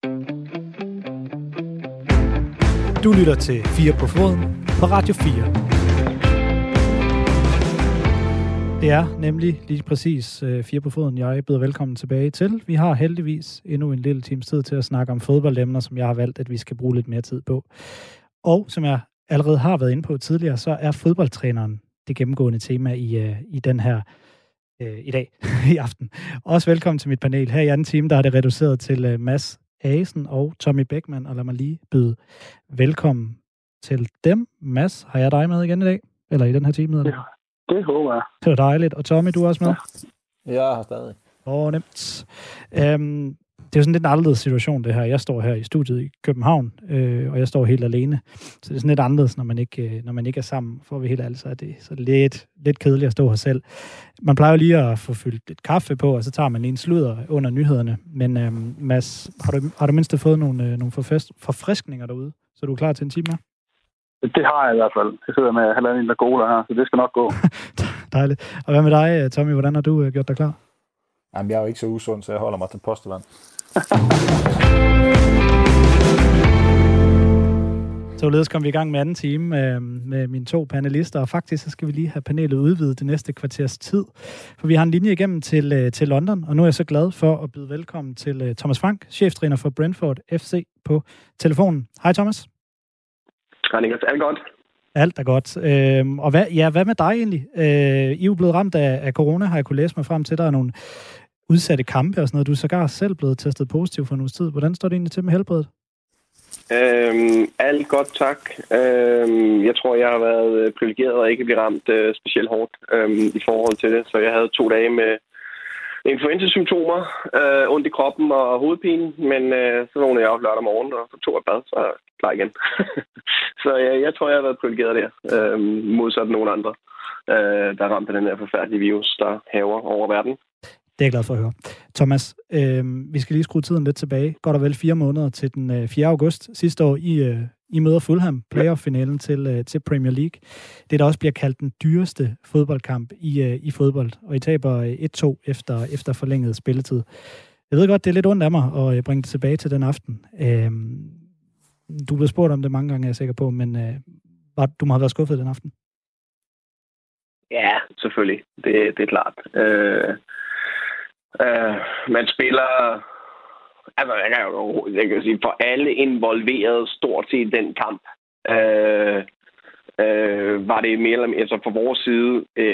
Du lytter til 4 på foden på Radio 4. Det er nemlig lige præcis 4 på foden, jeg byder velkommen tilbage til. Vi har heldigvis endnu en lille times tid til at snakke om fodboldemner, som jeg har valgt, at vi skal bruge lidt mere tid på. Og som jeg allerede har været inde på tidligere, så er fodboldtræneren det gennemgående tema i den her i dag, i aften. Også velkommen til mit panel. Her i anden time, der er det reduceret til Mads Asen og Tommy Beckmann, og lad mig lige byde velkommen til dem. Mads, har jeg dig med igen i dag? Eller i den her time? Eller? Ja, det håber jeg. Det var dejligt. Og Tommy, du er også med? Ja, jeg har stadig. Nemt. Det er jo sådan lidt en anderledes situation, det her. Jeg står her i studiet i København, og jeg står helt alene. Så det er sådan lidt anderledes, når man ikke er sammen. For vi helt ærligt, så er det lidt kedeligt at stå her selv. Man plejer jo lige at få fyldt et kaffe på, og så tager man lige en sludder under nyhederne. Men Mads, har du mindst fået nogle forfriskninger derude, så du er klar til en time mere? Det har jeg i hvert fald. Jeg sidder med halvanden liter cola her, så det skal nok gå. Dejligt. Og hvad med dig, Tommy? Hvordan har du gjort dig klar? Jamen, jeg er jo ikke så usund, så jeg holder mig til postevand. Således kom vi i gang med anden time med mine to panelister, og faktisk så skal vi lige have panelet udvidet det næste kvarters tid, for vi har en linje igennem til London, og nu er jeg så glad for at byde velkommen til Thomas Frank, cheftræner for Brentford FC på telefonen. Hej Thomas. Hej Niklas, alt godt? Alt er godt. Og hvad med dig egentlig? I er jo blevet ramt af corona, har jeg kunne læse mig frem til. Der er nogle udsatte kampe og sådan noget. Du er sågar selv blevet testet positiv for en uges tid. Hvordan står det egentlig til med helbredet? Alt godt, tak. Jeg tror, jeg har været privilegeret og ikke blive ramt specielt hårdt i forhold til det. Så jeg havde 2 dage med influenzasymptomer, ondt i kroppen og hovedpine, men så vågnede jeg op lørdag morgen, og så tog jeg bad, så er jeg klar igen. Så jeg tror, jeg har været privilegeret der, modsat nogle andre, der ramte den her forfærdelige virus, der hærger over verden. Det er jeg glad for at høre. Thomas, vi skal lige skrue tiden lidt tilbage. Godt og vel 4 måneder til den 4. august sidste år. I møder Fulham, playoff-finalen til Premier League. Det, der også bliver kaldt den dyreste fodboldkamp i fodbold. Og I taber 1-2 efter forlænget spilletid. Jeg ved godt, det er lidt ondt af mig at bringe det tilbage til den aften. Du er blevet spurgt om det mange gange, jeg er sikker på, men du må have været skuffet den aften. Ja, selvfølgelig. Det er klart. Man spiller, altså jeg kan sige, for alle involverede stort set den kamp, var det mere eller mindre, altså fra vores side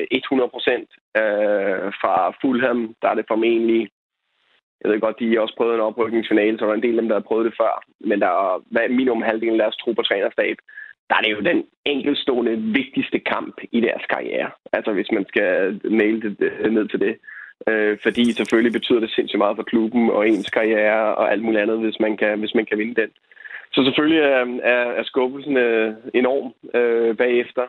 100%. Fra Fulham, der er det formentlig, jeg ved godt, de har også prøvet en oprykningsfinale, så der er en del af dem, der har prøvet det før, men der er minimum halvdelen af deres trup og trænerstab. Der er det jo den enkeltstående vigtigste kamp i deres karriere. Altså hvis man skal maile det ned til det. Fordi selvfølgelig betyder det sindssygt meget for klubben og ens karriere og alt muligt andet, hvis man kan vinde den. Så selvfølgelig er skuffelsen enorm bagefter.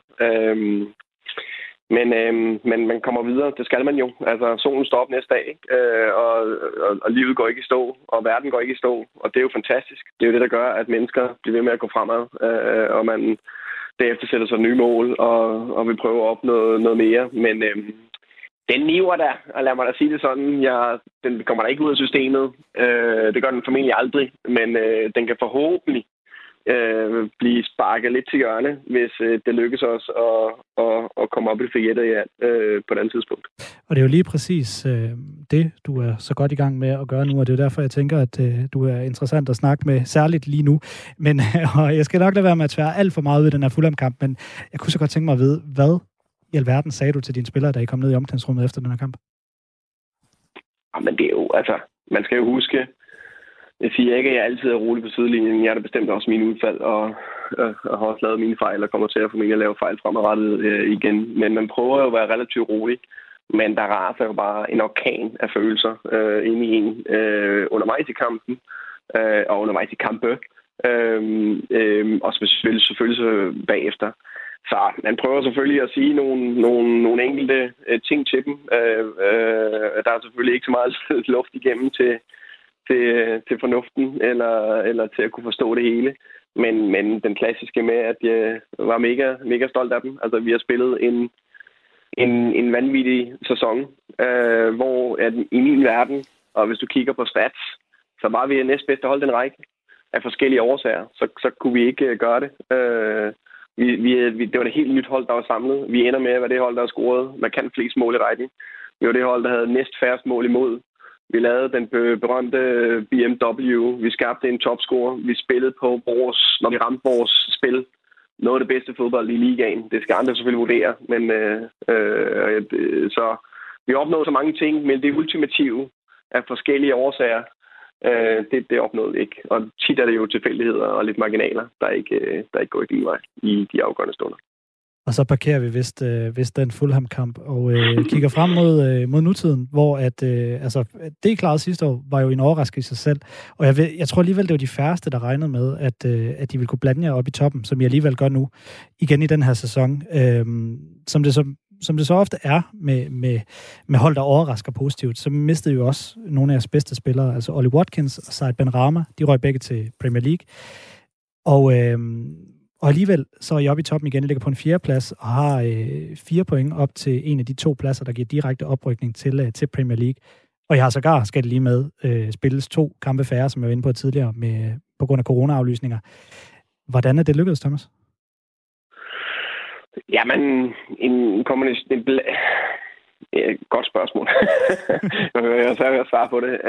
Men man kommer videre. Det skal man jo. Altså solen står op næste dag, og livet går ikke i stå, og verden går ikke i stå. Og det er jo fantastisk. Det er jo det, der gør, at mennesker bliver ved med at gå fremad, og man derefter sætter sig nye mål og vil prøve at opnå noget mere. Men den niver der, og lad mig da sige det sådan, den kommer der ikke ud af systemet. Det gør den formentlig aldrig, men den kan forhåbentlig blive sparket lidt til hjørne, hvis det lykkes os at komme op i friettet på et andet tidspunkt. Og det er jo lige præcis det, du er så godt i gang med at gøre nu, og det er derfor, jeg tænker, at du er interessant at snakke med, særligt lige nu. Men og jeg skal nok lade være med at tvære alt for meget ud i den her Fulham-kamp, men jeg kunne så godt tænke mig at vide, hvad i alverden sagde du til dine spillere, da I kom ned i omklædningsrummet efter den her kamp? Jamen det er jo, altså, man skal jo huske, jeg siger ikke, at jeg altid er rolig på sidelinjen. Jeg er da bestemt også mine udfald, og har også lavet mine fejl, og kommer til at formentlig at lave fejl fremadrettet igen. Men man prøver jo at være relativt rolig, men der raser jo bare en orkan af følelser inde i en undervejs i kampen, og undervejs i kampe, og selvfølgelig så bagefter. Så man prøver selvfølgelig at sige nogle enkelte ting til dem. Der er selvfølgelig ikke så meget luft igennem til fornuften eller til at kunne forstå det hele. Men den klassiske med, at jeg var mega stolt af dem. Altså, vi har spillet en vanvittig sæson, hvor at i min verden, og hvis du kigger på stats, Så var vi næstbedste hold den række af forskellige årsager, så kunne vi ikke gøre det. Det var et helt nyt hold, der var samlet. Vi ender med at være det hold, der har scoret markant flest mål i rækken. Vi var det hold, der havde næst færrest mål imod. Vi lavede den berømte BMW. Vi skabte en topscorer. Vi spillede på når vi ramte vores spil. Noget af det bedste fodbold i ligaen. Det skal andre selvfølgelig vurdere. Men så vi opnåede så mange ting, men det ultimative af forskellige årsager, det opnåede vi ikke. Og tit er det jo tilfældigheder og lidt marginaler, der ikke går i din vej i de afgørende stunder. Og så parkerer vi vist den Fulham-kamp og kigger frem mod nutiden, hvor det klarede sidste år var jo en overraskelse i sig selv. Og jeg tror alligevel, det var de færreste, der regnede med, at de ville kunne blande jer op i toppen, som I alligevel gør nu, igen i den her sæson. Som det så ofte er med hold, der overrasker positivt, så mistede jo også nogle af jeres bedste spillere, altså Ollie Watkins og Said Benrahma, de røg begge til Premier League. Og alligevel så er I oppe i toppen igen. I ligger på en 4. plads og har 4 point op til en af de 2 pladser, der giver direkte oprykning til Premier League. Og jeg har sågar, skal det lige med, spilles 2 kampe færre, som jeg var inde på tidligere, på grund af corona-aflysninger. Hvordan er det lykkedes, Thomas? Jamen, en kombination... Godt spørgsmål. Jeg er svært at svare på det.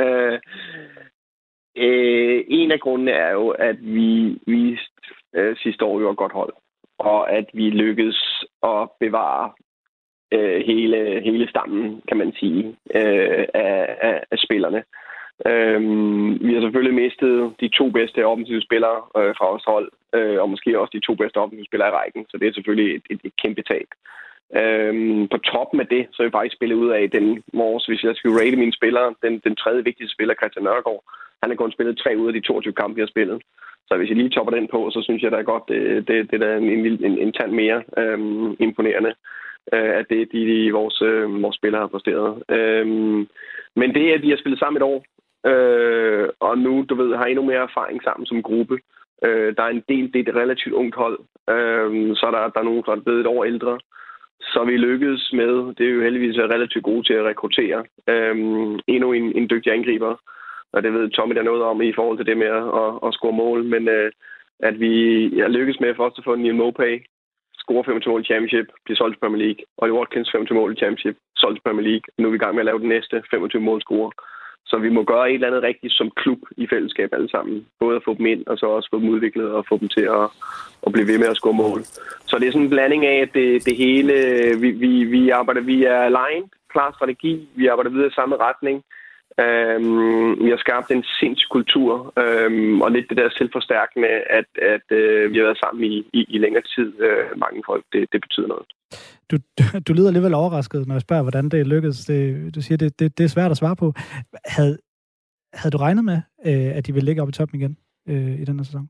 En af grundene er jo, at vi sidste år jo et godt hold, og at vi lykkedes at bevare hele stammen, kan man sige, af spillerne. Vi har selvfølgelig mistet de 2 bedste offensive spillere fra vores hold, og måske også de 2 bedste offensive spillere i rækken, så det er selvfølgelig et kæmpe tab. På toppen af det, så er vi faktisk spillet ud af hvis jeg skulle rate mine spillere, den 3. vigtigste spiller, Christian Nørgaard. Han har kun spillet 3 ud af de 22 kampe, vi har spillet. Så hvis jeg lige topper den på, så synes jeg da godt, det er en tand mere imponerende, at det er vores spillere har præsteret. Men det er, at de har spillet sammen et år, og nu, har endnu mere erfaring sammen som gruppe. Der er en del, det er et relativt ungt hold, så der er nogen, der er blevet et år ældre. Så vi lykkedes med, det er jo heldigvis relativt gode til at rekruttere endnu en dygtig angriber. Og det ved Tommy der noget om i forhold til det med at score mål. Men at vi lykkedes med først at få Neil Maupay, score 25 mål i Championship, blive solgt til Premier League. Ollie Watkins 25 mål i Championship, solgt til Premier League. Nu er vi i gang med at lave den næste 25 mål score. Så vi må gøre et eller andet rigtigt som klub i fællesskab alle sammen. Både at få dem ind, og så også få dem udviklet og få dem til at blive ved med at score mål. Så det er sådan en blanding af, at det hele... Vi arbejder via line, klar strategi. Vi arbejder videre i samme retning. Vi har skabt en sindssyg kultur, og lidt det der selvforstærkende, at vi har været sammen i længere tid. Mange folk, det betyder noget. Du lyder alligevel overrasket, når jeg spørger, hvordan det lykkedes. Du siger, det er svært at svare på. Havde du regnet med, at de ville ligge op i toppen igen i den her sæson?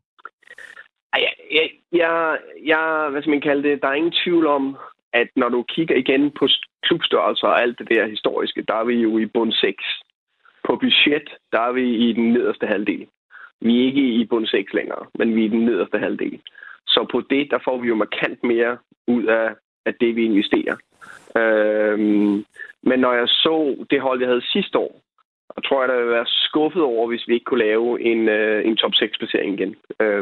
Hvad skal man kalde det? Der er ingen tvivl om, at når du kigger igen på klubstørrelser og alt det der historiske, der er vi jo i bund 6. På budget, der er vi i den nederste halvdel. Vi er ikke i bund 6 længere, men vi er i den nederste halvdel. Så på det, der får vi jo markant mere ud af det, vi investerer. Men når jeg så det hold, jeg havde sidste år, og tror jeg, der ville være skuffet over, hvis vi ikke kunne lave en top 6-placering igen.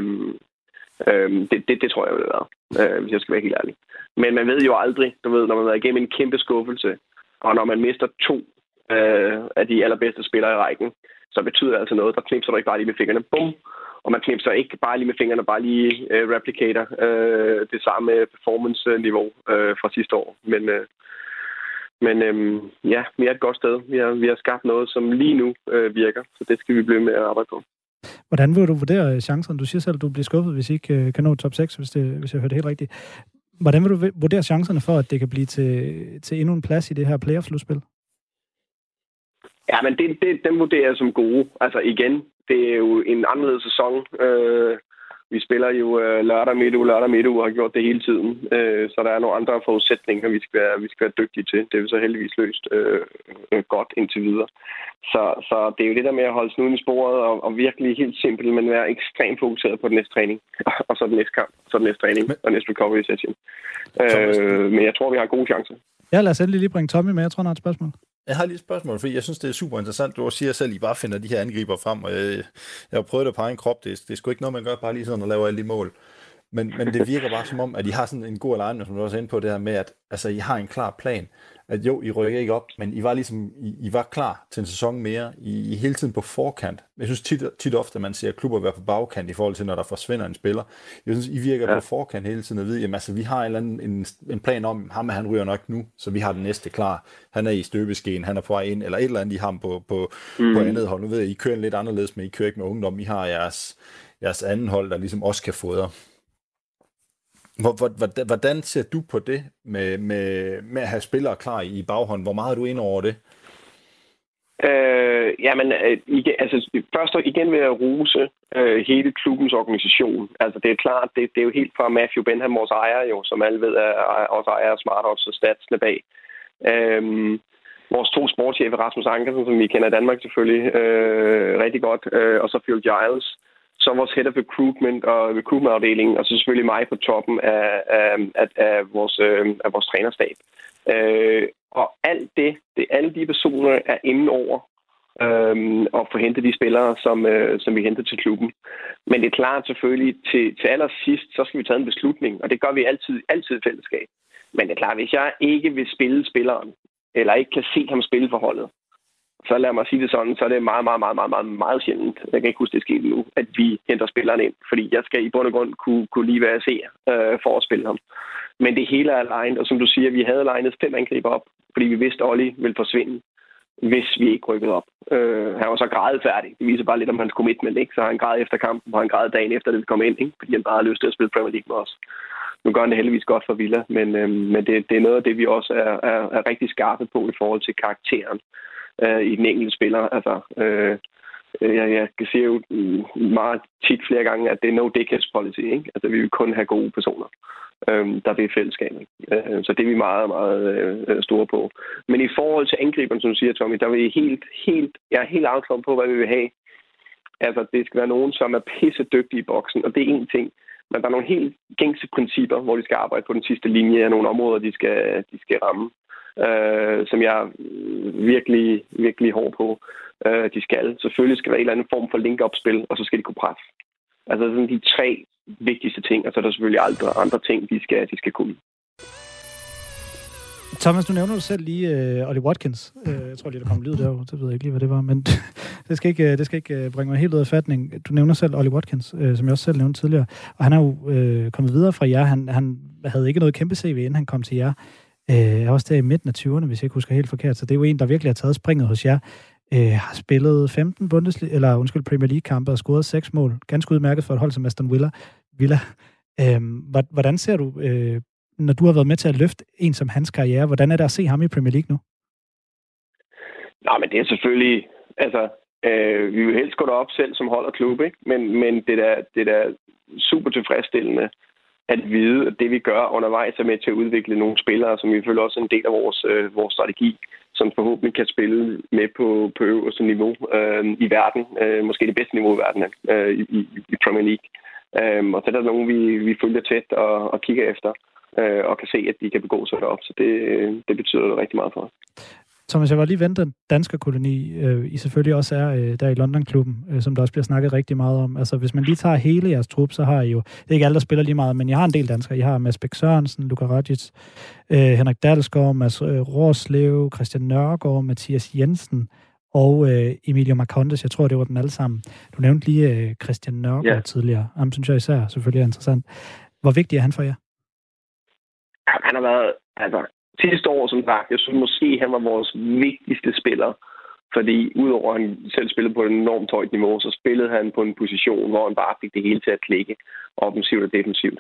Det tror jeg ville være, hvis jeg skal være helt ærlig. Men man ved jo aldrig, når man har været igennem en kæmpe skuffelse, og når man mister 2 af de allerbedste spillere i rækken, så betyder det altså noget. Der knipser du ikke bare lige med fingrene. Bum! Og man knipser ikke bare lige med fingrene, bare lige replicater det samme performance-niveau fra sidste år. Men vi er et godt sted. Vi har skabt noget, som lige nu virker, så det skal vi blive med at arbejde på. Hvordan vil du vurdere chancerne? Du siger selv, at du bliver skuffet, hvis I ikke kan nå top 6, hvis jeg hørte det helt rigtigt. Hvordan vil du vurdere chancerne for, at det kan blive til endnu en plads i det her playoff-slutspil? Ja, men den vurderer jeg som gode. Altså igen, det er jo en anderledes sæson. Vi spiller jo lørdag midtuge og har gjort det hele tiden. Så der er nogle andre forudsætninger, vi skal være dygtige til. Det er vi så heldigvis løst godt indtil videre. Så det er jo det der med at holde snuden i sporet og virkelig helt simpelt, men være ekstremt fokuseret på den næste træning. Og så den næste kamp, så den næste træning og næste recovery session. Men jeg tror, vi har gode chancer. Ja, lad os endelig lige bringe Tommy med. Jeg tror, han har et spørgsmål. Jeg har lige et spørgsmål, fordi jeg synes, det er super interessant. Du siger selv, at I bare finder de her angriber frem, og jeg har prøvet det på egen krop. Det er sgu ikke noget, man gør bare lige sådan og laver alle de mål. Men det virker bare som om, at I har sådan en god alignment, som du også er inde på, det her med, at altså, I har en klar plan. At jo, I rykker ikke op, men I var ligesom, I var klar til en sæson mere. I er hele tiden på forkant. Jeg synes tit ofte, man ser klubber være på bagkant i forhold til, når der forsvinder en spiller. Jeg synes, I virker på forkant hele tiden at vide, jamen altså, vi har en plan om, ham han ryger nok nu, så vi har den næste klar. Han er i støbeskeen, han er på vej ind, eller et eller andet, I har ham på andet hold. Nu ved jeg, I kører lidt anderledes, men I kører ikke med ungdom. I har jeres anden hold, der ligesom også kan fodre. Hvordan ser du på det med at have spillere klar i baghånden? Hvor meget er du inde over det? Først og igen vil jeg rose hele klubbens organisation. Altså det er klart, det er jo helt fra Matthew Benham, vores ejer jo, som alle ved er også ejer af Smart Odds og statsene bag. Vores 2 sportschefer, Rasmus Ankersen, som vi kender i Danmark selvfølgelig rigtig godt, og så Phil Giles, så vores head of recruitment og recruitment-afdelingen, og så selvfølgelig mig på toppen af vores trænerstab. Og alt alle de personer er inde over og få hentet de spillere, som vi henter til klubben. Men det er klart selvfølgelig, til allersidst, så skal vi tage en beslutning, og det gør vi altid i fællesskab. Men det er klart, hvis jeg ikke vil spille spilleren, eller ikke kan se ham spille for holdet, så lad mig sige det sådan, så er det meget, meget, meget, meget, meget, meget sjældent, jeg kan ikke huske det sket nu, at vi henter spilleren ind. Fordi jeg skal i bund og grund kunne lide, hvad jeg ser for at spille ham. Men det hele er aligned, og som du siger, vi havde alignet 5 angriber op, fordi vi vidste, at Olli ville forsvinde, hvis vi ikke rykkede op. Han var så grædefærdig. Det viser bare lidt om hans commitment, ikke? Så han græd efter kampen, og han græd dagen efter, det vi kom ind, ikke? Fordi han bare havde lyst til at spille Premier League med os. Nu gør han det heldigvis godt for Villa, men det er noget af det, vi også er rigtig skarpe på i forhold til karakteren i den enkelte spiller. Altså, jeg siger jo meget tit flere gange, at det er no dickheads policy, ikke? Altså, vi vil kun have gode personer, der vil i fællesskabet. Så det er vi meget, meget store på. Men i forhold til angriberen, som du siger, Tommy, der er vi jeg er helt afklaret på, hvad vi vil have. Altså, det skal være nogen, som er pisse dygtige i boksen, og det er én ting. Men der er nogle helt gængse principper, hvor de skal arbejde på den sidste linje af nogle områder, de skal ramme. Som jeg er virkelig, virkelig hård på. De skal. Selvfølgelig skal der være en eller anden form for link-up-spil, og så skal de kunne presse. Altså sådan de 3 vigtigste ting, og så er der selvfølgelig andre ting, de skal kunne. Thomas, du nævner jo selv lige Ollie Watkins. Jeg tror lige, der kom lyd derovre. Det ved jeg ikke lige, hvad det var, men det skal ikke bringe mig helt ud af fatning. Du nævner selv Ollie Watkins, som jeg også selv nævnte tidligere, og han er jo kommet videre fra jer. Han havde ikke noget kæmpe CV, inden han kom til jer. Jeg er også der i midten af 20'erne, hvis jeg ikke husker helt forkert, så det er jo en, der virkelig har taget springet hos jer. Har spillet 15 Premier League-kampe og scoret 6 mål. Ganske udmærket for et hold som Aston Villa. Hvordan ser du, når du har været med til at løfte en som hans karriere, hvordan er det at se ham i Premier League nu? Nå, men det er selvfølgelig, altså, vi vil helst gå derop selv som hold og klub, ikke? Men det er da super tilfredsstillende at vide, at det vi gør undervejs er med til at udvikle nogle spillere, som vi føler også er en del af vores strategi, som forhåbentlig kan spille med på øverste niveau i verden. Måske det bedste niveau i verden i Premier League. Og så er der nogen, vi følger tæt og kigger efter, og kan se, at de kan begå sig derop. Så det betyder rigtig meget for os. Thomas, jeg var lige ventet den danske koloni, I selvfølgelig også er der i London-klubben, som der også bliver snakket rigtig meget om. Altså, hvis man lige tager hele jeres trup, så har I jo, det er ikke alle, der spiller lige meget, men jeg har en del danskere. I har Mads Bæk Sørensen, Luka Rajic, Henrik Dalsgaard, Mads Rorslev, Christian Nørgaard, Mathias Jensen og Emilio Marcondes. Jeg tror, det var dem alle sammen. Du nævnte lige Christian Nørgaard tidligere. Ham synes jeg især selvfølgelig er interessant. Hvor vigtig er han for jer? Ja, han har været, altså, sidste år, som sagt, jeg synes måske, han var vores vigtigste spiller. Fordi udover at han selv spillede på et enormt højt niveau, så spillede han på en position, hvor han bare fik det hele til at klikke, offensivt og defensivt.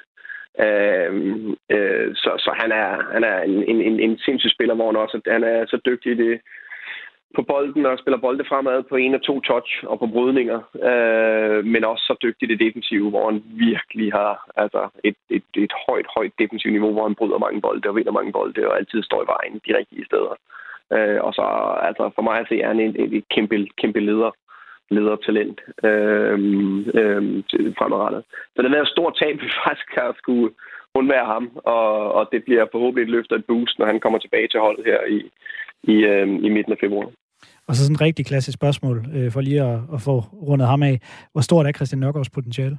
Så han er en sindssyg spiller, hvor han er så dygtig i det på bolden og spiller bolde fremad på 1 og 2 touch og på brydninger, men også så dygtig i det defensive, hvor han virkelig har altså et højt defensivt niveau, hvor han bryder mange bolde og vinder mange bolde og altid står i vejen de rigtige steder. Og så altså for mig at se, er han et kæmpe ledertalent fremadrettet. Så det har været et stort tab, vi faktisk har skulle undvære ham, og det bliver forhåbentlig et løft og et boost, når han kommer tilbage til holdet her i midten af februar. Og så sådan et rigtig klassisk spørgsmål, for lige at få rundet ham af. Hvor stort er Christian Nørgaards potentiale?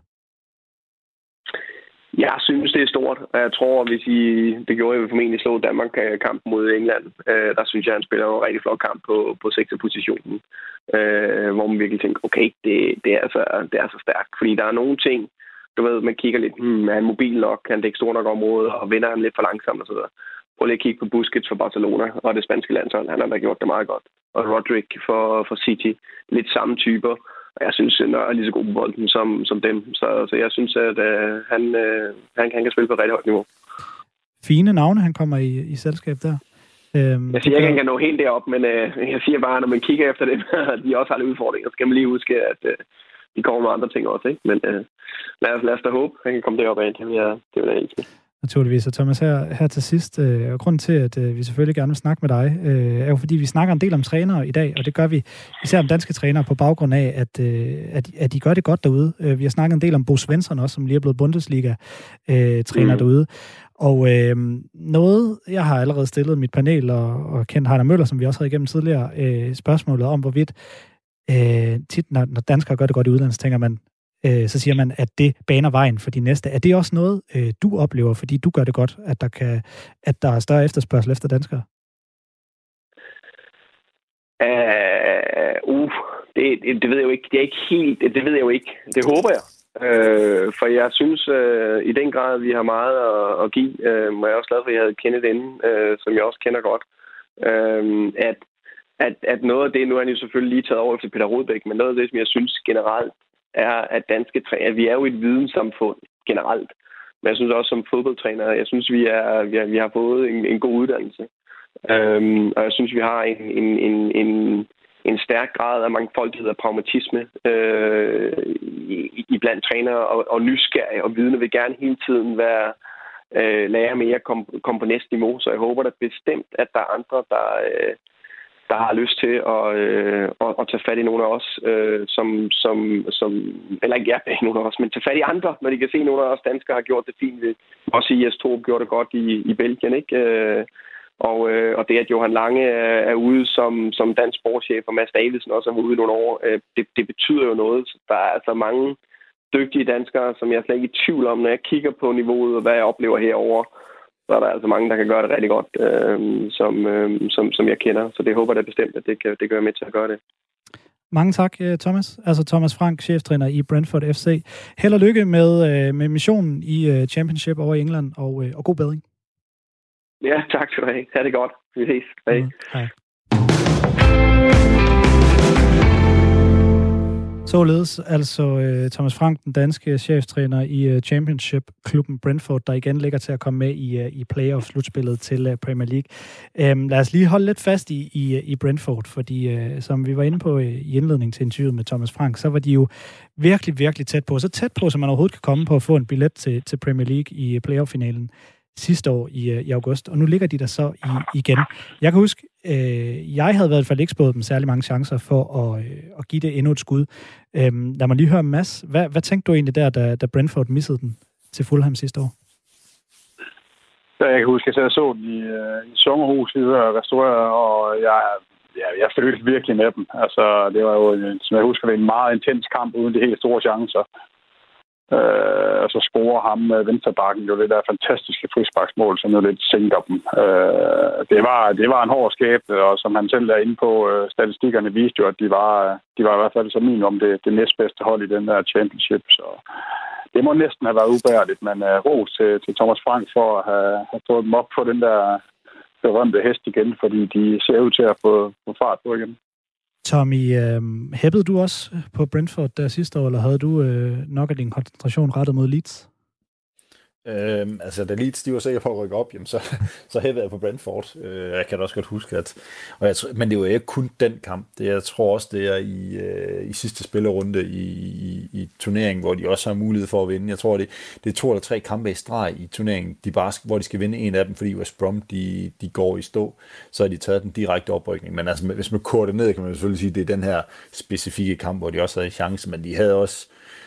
Jeg synes, det er stort. Jeg tror, hvis det gjorde, jeg vil formentlig slå Danmark-kampen mod England. Der synes jeg, han spiller en rigtig flot kamp på 6'er-positionen. Hvor man virkelig tænker, okay, det er så stærkt. Fordi der er nogle ting, du ved, man kigger lidt, er han mobil nok, kan det ikke stort nok område, og vinder han lidt for langsomt og så videre. Prøv lige at kigge på Busquets for Barcelona og det spanske landshold. Han har da gjort det meget godt. Og Rodrick for City. Lidt samme typer. Og jeg synes, at Nørre er lige så god på bolden som dem. Så jeg synes, at han kan spille på et rigtig højt niveau. Fine navne, han kommer i selskab der. Jeg siger ikke, at han kan nå helt derop, men jeg siger bare, at når man kigger efter dem, de også har lidt udfordringer, så skal man lige huske, at de kommer med andre ting også. Ikke? Men lad os da håbe, at han kan komme derop af. Det vil jeg ikke. Naturligvis. Og Thomas, her til sidst, og grunden til, at vi selvfølgelig gerne vil snakke med dig, er jo fordi, vi snakker en del om trænere i dag, og det gør vi især om danske trænere på baggrund af, at de gør det godt derude. Vi har snakket en del om Bo Svensson også, som lige er blevet Bundesliga-træner derude. Og noget, jeg har allerede stillet mit panel, og kendt Heiner Møller, som vi også havde igennem tidligere, spørgsmålet om, hvorvidt tit, når danskere gør det godt i udlandet, så tænker man, så siger man, at det baner vejen for de næste. Er det også noget, du oplever, fordi du gør det godt, at der er større efterspørgsel efter danskere? Det ved jeg jo ikke. Det er ikke helt. Det ved jeg jo ikke. Det håber jeg. For jeg synes i den grad, vi har meget at give. Og jeg er også glad for, at jeg havde Kenneth inden, som jeg også kender godt. At noget af det, nu er han jo selvfølgelig lige taget over til Peter Rodbæk, men noget af det, som jeg synes generelt, er, at danske træner, vi er jo et videnssamfund generelt, men jeg synes også som fodboldtræner, jeg synes, vi har fået en god uddannelse. Og jeg synes, vi har en stærk grad af mangfoldighed og pragmatisme i blandt trænere og nysgerrige og vidne vil gerne hele tiden lære mere at komme på næste niveau, så jeg håber da bestemt, at der er andre, der har lyst til at tage fat i nogle af os, eller ikke nogen af os, men tage fat i andre, når de kan se, at nogle af os danskere har gjort det fint. Også Jes Torup gjorde det godt i Belgien, ikke? Og det, at Johan Lange er ude som dansk sportschef, og Mads Davidsen også er ude i nogle år, det betyder jo noget. Der er altså mange dygtige danskere, som jeg er slet ikke i tvivl om, når jeg kigger på niveauet, og hvad jeg oplever herover. Så er der altså mange, der kan gøre det rigtig godt, som jeg kender. Så det håber jeg da bestemt, at det gør med til at gøre det. Mange tak, Thomas. Altså Thomas Frank, cheftræner i Brentford FC. Held og lykke med missionen i Championship over i England, og god bedring. Ja, tak skal du have. Ha' det godt. Vi ses. Hej. Hej. Således altså Thomas Frank, den danske cheftræner i Championship-klubben Brentford, der igen ligger til at komme med i playoff-slutspillet til Premier League. Lad os lige holde lidt fast i Brentford, fordi som vi var inde på i indledningen til interviewet med Thomas Frank, så var de jo virkelig, virkelig tæt på. Så tæt på, som man overhovedet kan komme på at få en billet til Premier League i playoff-finalen sidste år i august, og nu ligger de der så igen. Jeg kan huske, jeg havde i hvert fald ikke spået dem særlig mange chancer for at give det endnu et skud. Lad mig lige høre, Mads, hvad tænkte du egentlig da Brentford missede den til Fulham sidste år? Jeg kan huske, at jeg så den i sommerhus, vi var restaureret, og jeg følte virkelig med dem. Altså, det var jo, som jeg husker, en meget intens kamp uden de helt store chancer. Og så scorer ham venstrebakken jo det der fantastiske frisparksmål, som jo lidt sænker dem. Det var en hård skæbne, og som han selv er inde på, statistikkerne viste jo, at de var i hvert fald som minimum det næstbedste hold i den der championship. Så det må næsten have været ubærligt, men ros til Thomas Frank for at have fået dem op på den der berømte hest igen, fordi de ser ud til at få fart på igen. Tommy, hæppede du også på Brentford der sidste år, eller havde du nok af din koncentration rettet mod Leeds? Altså, da Leeds de var sikker på at rykke op, jamen, så hæppede jeg på Brentford. Jeg kan da også godt huske, men det var ikke kun den kamp. Jeg tror også, det er i sidste spillerunde i turneringen, hvor de også har mulighed for at vinde. Jeg tror, det er 2 eller 3 kampe i streg i turneringen, hvor de skal vinde en af dem, fordi West Brom de går i stå. Så har de taget den direkte oprykning. Men altså, hvis man kører det ned, kan man selvfølgelig sige, at det er den her specifikke kamp, hvor de også havde en chance, men de havde også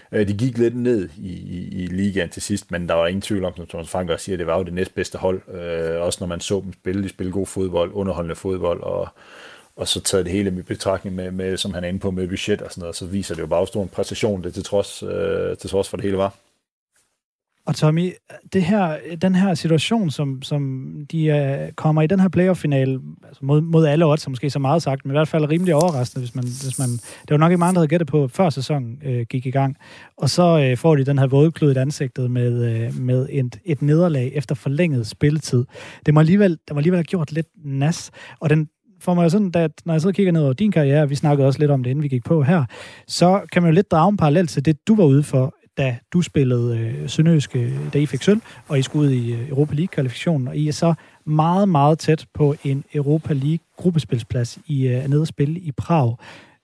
De gik lidt ned i ligaen til sidst, men der var ingen tvivl om, som Thomas Frank også siger, det var jo det næstbedste hold. Også når man så dem spille, de spillede god fodbold, underholdende fodbold, og så taget det hele med betragtning med, som han er inde på, med budget og sådan noget, så viser det jo bare stor en præstation, det til trods for det hele var. Og Tommy, den her situation, som de kommer i den her playoff-finale, altså mod alle odds, måske så meget sagt, men i hvert fald rimelig overraskende, hvis man det var nok ikke mange, der havde gættet på, før sæsonen gik i gang. Og så får de den her vådklud i ansigtet med et nederlag efter forlænget spilletid. Der må alligevel have gjort lidt nas, og den får mig sådan, at når jeg sidder og kigger ned over din karriere, vi snakkede også lidt om det, inden vi gik på her, så kan man jo lidt drage en parallel til det, du var ude for, da du spillede Sønderjyske, da I fik sølv, og I skulle ud i Europa League-kvalifikationen, og I er så meget, meget tæt på en Europa League-gruppespilsplads nede at spille i Prag.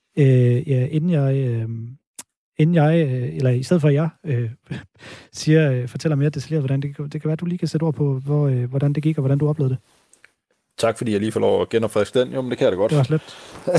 Eller i stedet for at jeg fortæller mere detaljeret, hvordan det kan være, at du lige kan sætte ord på, hvordan det gik, og hvordan du oplevede det. Tak, fordi jeg lige får lov at genopfriske den. Jo, men det kan jeg da godt. Det var slet.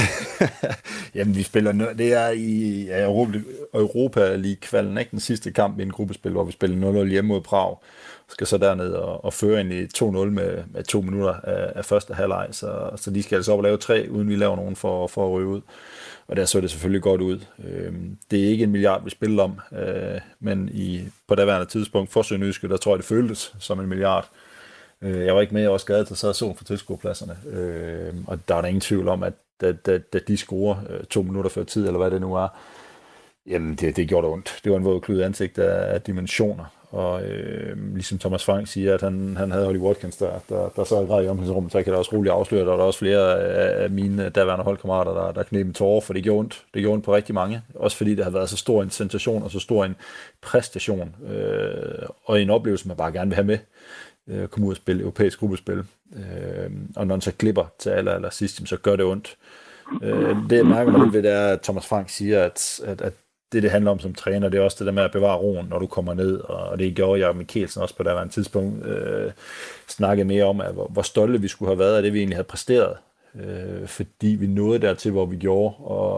Jamen, vi spiller... Det er i Europa League-kvalden, ikke? Den sidste kamp i en gruppespil, hvor vi spiller 0-0 hjemme mod Prag. Skal så derned og føre egentlig 2-0 med 2 minutter af første halvleg. Så de skal altså op og lave 3, uden vi laver nogen for at ryge ud. Og der så det selvfølgelig godt ud. Det er ikke 1 milliard, vi spiller om, men på daværende tidspunkt for Sønderjyske, der tror jeg, det føltes som 1 milliard. Jeg var ikke med, jeg var skadet, og så for tilskuerpladserne. Og der er der ingen tvivl om, at da de scorer 2 minutter før tid, eller hvad det nu er, jamen det gjorde det ondt. Det var en vådklud ansigt af dimensioner. Og ligesom Thomas Frank siger, at han havde Holly Watkins, der sad græd i omklædningsrummet, så kan jeg også roligt afsløre, at der var også flere af mine daværende holdkammerater, der kneb en tårer, for det gjorde ondt. Det gjorde ondt på rigtig mange. Også fordi det har været så stor en sensation og så stor en præstation. Og en oplevelse, man bare gerne vil have med. Komme ud og spille europæisk gruppespil. Og når han så klipper til aller sidst, så gør det ondt. Det jeg mærker mig lidt ved, det er, at Thomas Frank siger, at det handler om som træner, det er også det der med at bevare roen, når du kommer ned, og det gjorde jeg og Mikkelsen også på det tidspunkt tidspunkt, snakkede mere om, at hvor stolte vi skulle have været af det, vi egentlig havde præsteret, fordi vi nåede dertil, hvor vi gjorde,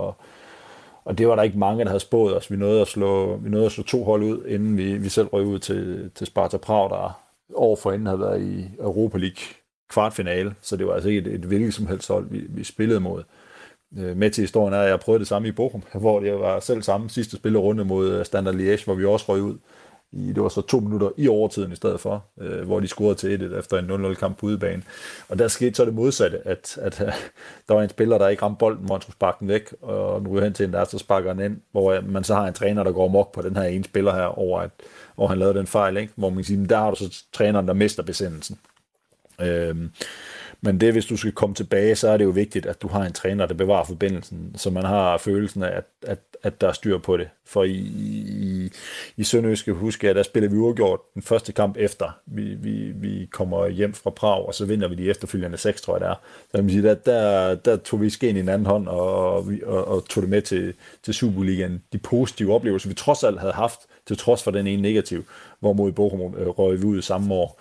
og det var der ikke mange, der havde spået os. Vi nåede at slå 2 hold ud, inden vi selv røg ud til Sparta Prag, der år forinden havde været i Europa League kvartfinale, så det var altså ikke et hvilket som helst hold, vi spillede mod. Med til historien er, at jeg prøvede det samme i Bochum, hvor det var selv samme sidste spillerunde mod Standard Liège, hvor vi også røg ud. Det var så 2 minutter i overtiden i stedet for, hvor de scorede til 1 efter en 0-0 kamp på udebane. Og der skete så det modsatte, at der var en spiller, der ikke ramte bolden, hvor han skulle sparke den væk, og nu ryger hen til en der, så sparker han ind, hvor man så har en træner, der går amok på den her ene spiller her, over hvor han lavede den fejl, ikke? Hvor man kan sige, der har du så træneren, der mister besindelsen. Men det, hvis du skal komme tilbage, så er det jo vigtigt, at du har en træner, der bevarer forbindelsen, så man har følelsen af, at der er styr på det. For i Sønderjyske, husker jeg, der spiller vi uafgjort den første kamp efter. Vi kommer hjem fra Prag, og så vinder vi de efterfølgende 6, tror jeg det er. Så man sige, der tog vi skeen i en anden hånd, og tog det med til Superligaen. De positive oplevelser, vi trods alt havde haft, til trods for den ene negativ, hvor mod Bochum røg vi ud samme år.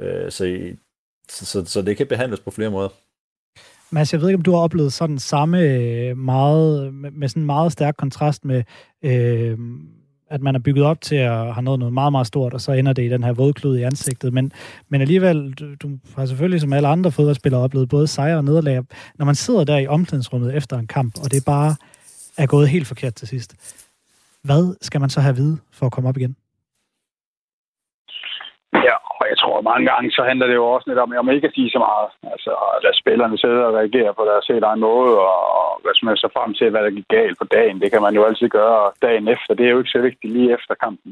Så det kan behandles på flere måder. Mads, jeg ved ikke, om du har oplevet sådan samme med sådan en meget stærk kontrast med, at man er bygget op til at have noget meget, meget stort, og så ender det i den her vådklud i ansigtet. Men alligevel, du har selvfølgelig som alle andre fodboldspillere oplevet både sejre og nederlag. Når man sidder der i omklædningsrummet efter en kamp, og det bare er gået helt forkert til sidst, hvad skal man så have at vide for at komme op igen? Ja, og jeg tror mange gange, så handler det jo også lidt om ikke at sige så meget. Altså, at lade spillerne sidde og reagere på deres helt egen måde, og hvad som er så frem til, hvad der gik galt på dagen. Det kan man jo altid gøre dagen efter. Det er jo ikke så vigtigt lige efter kampen.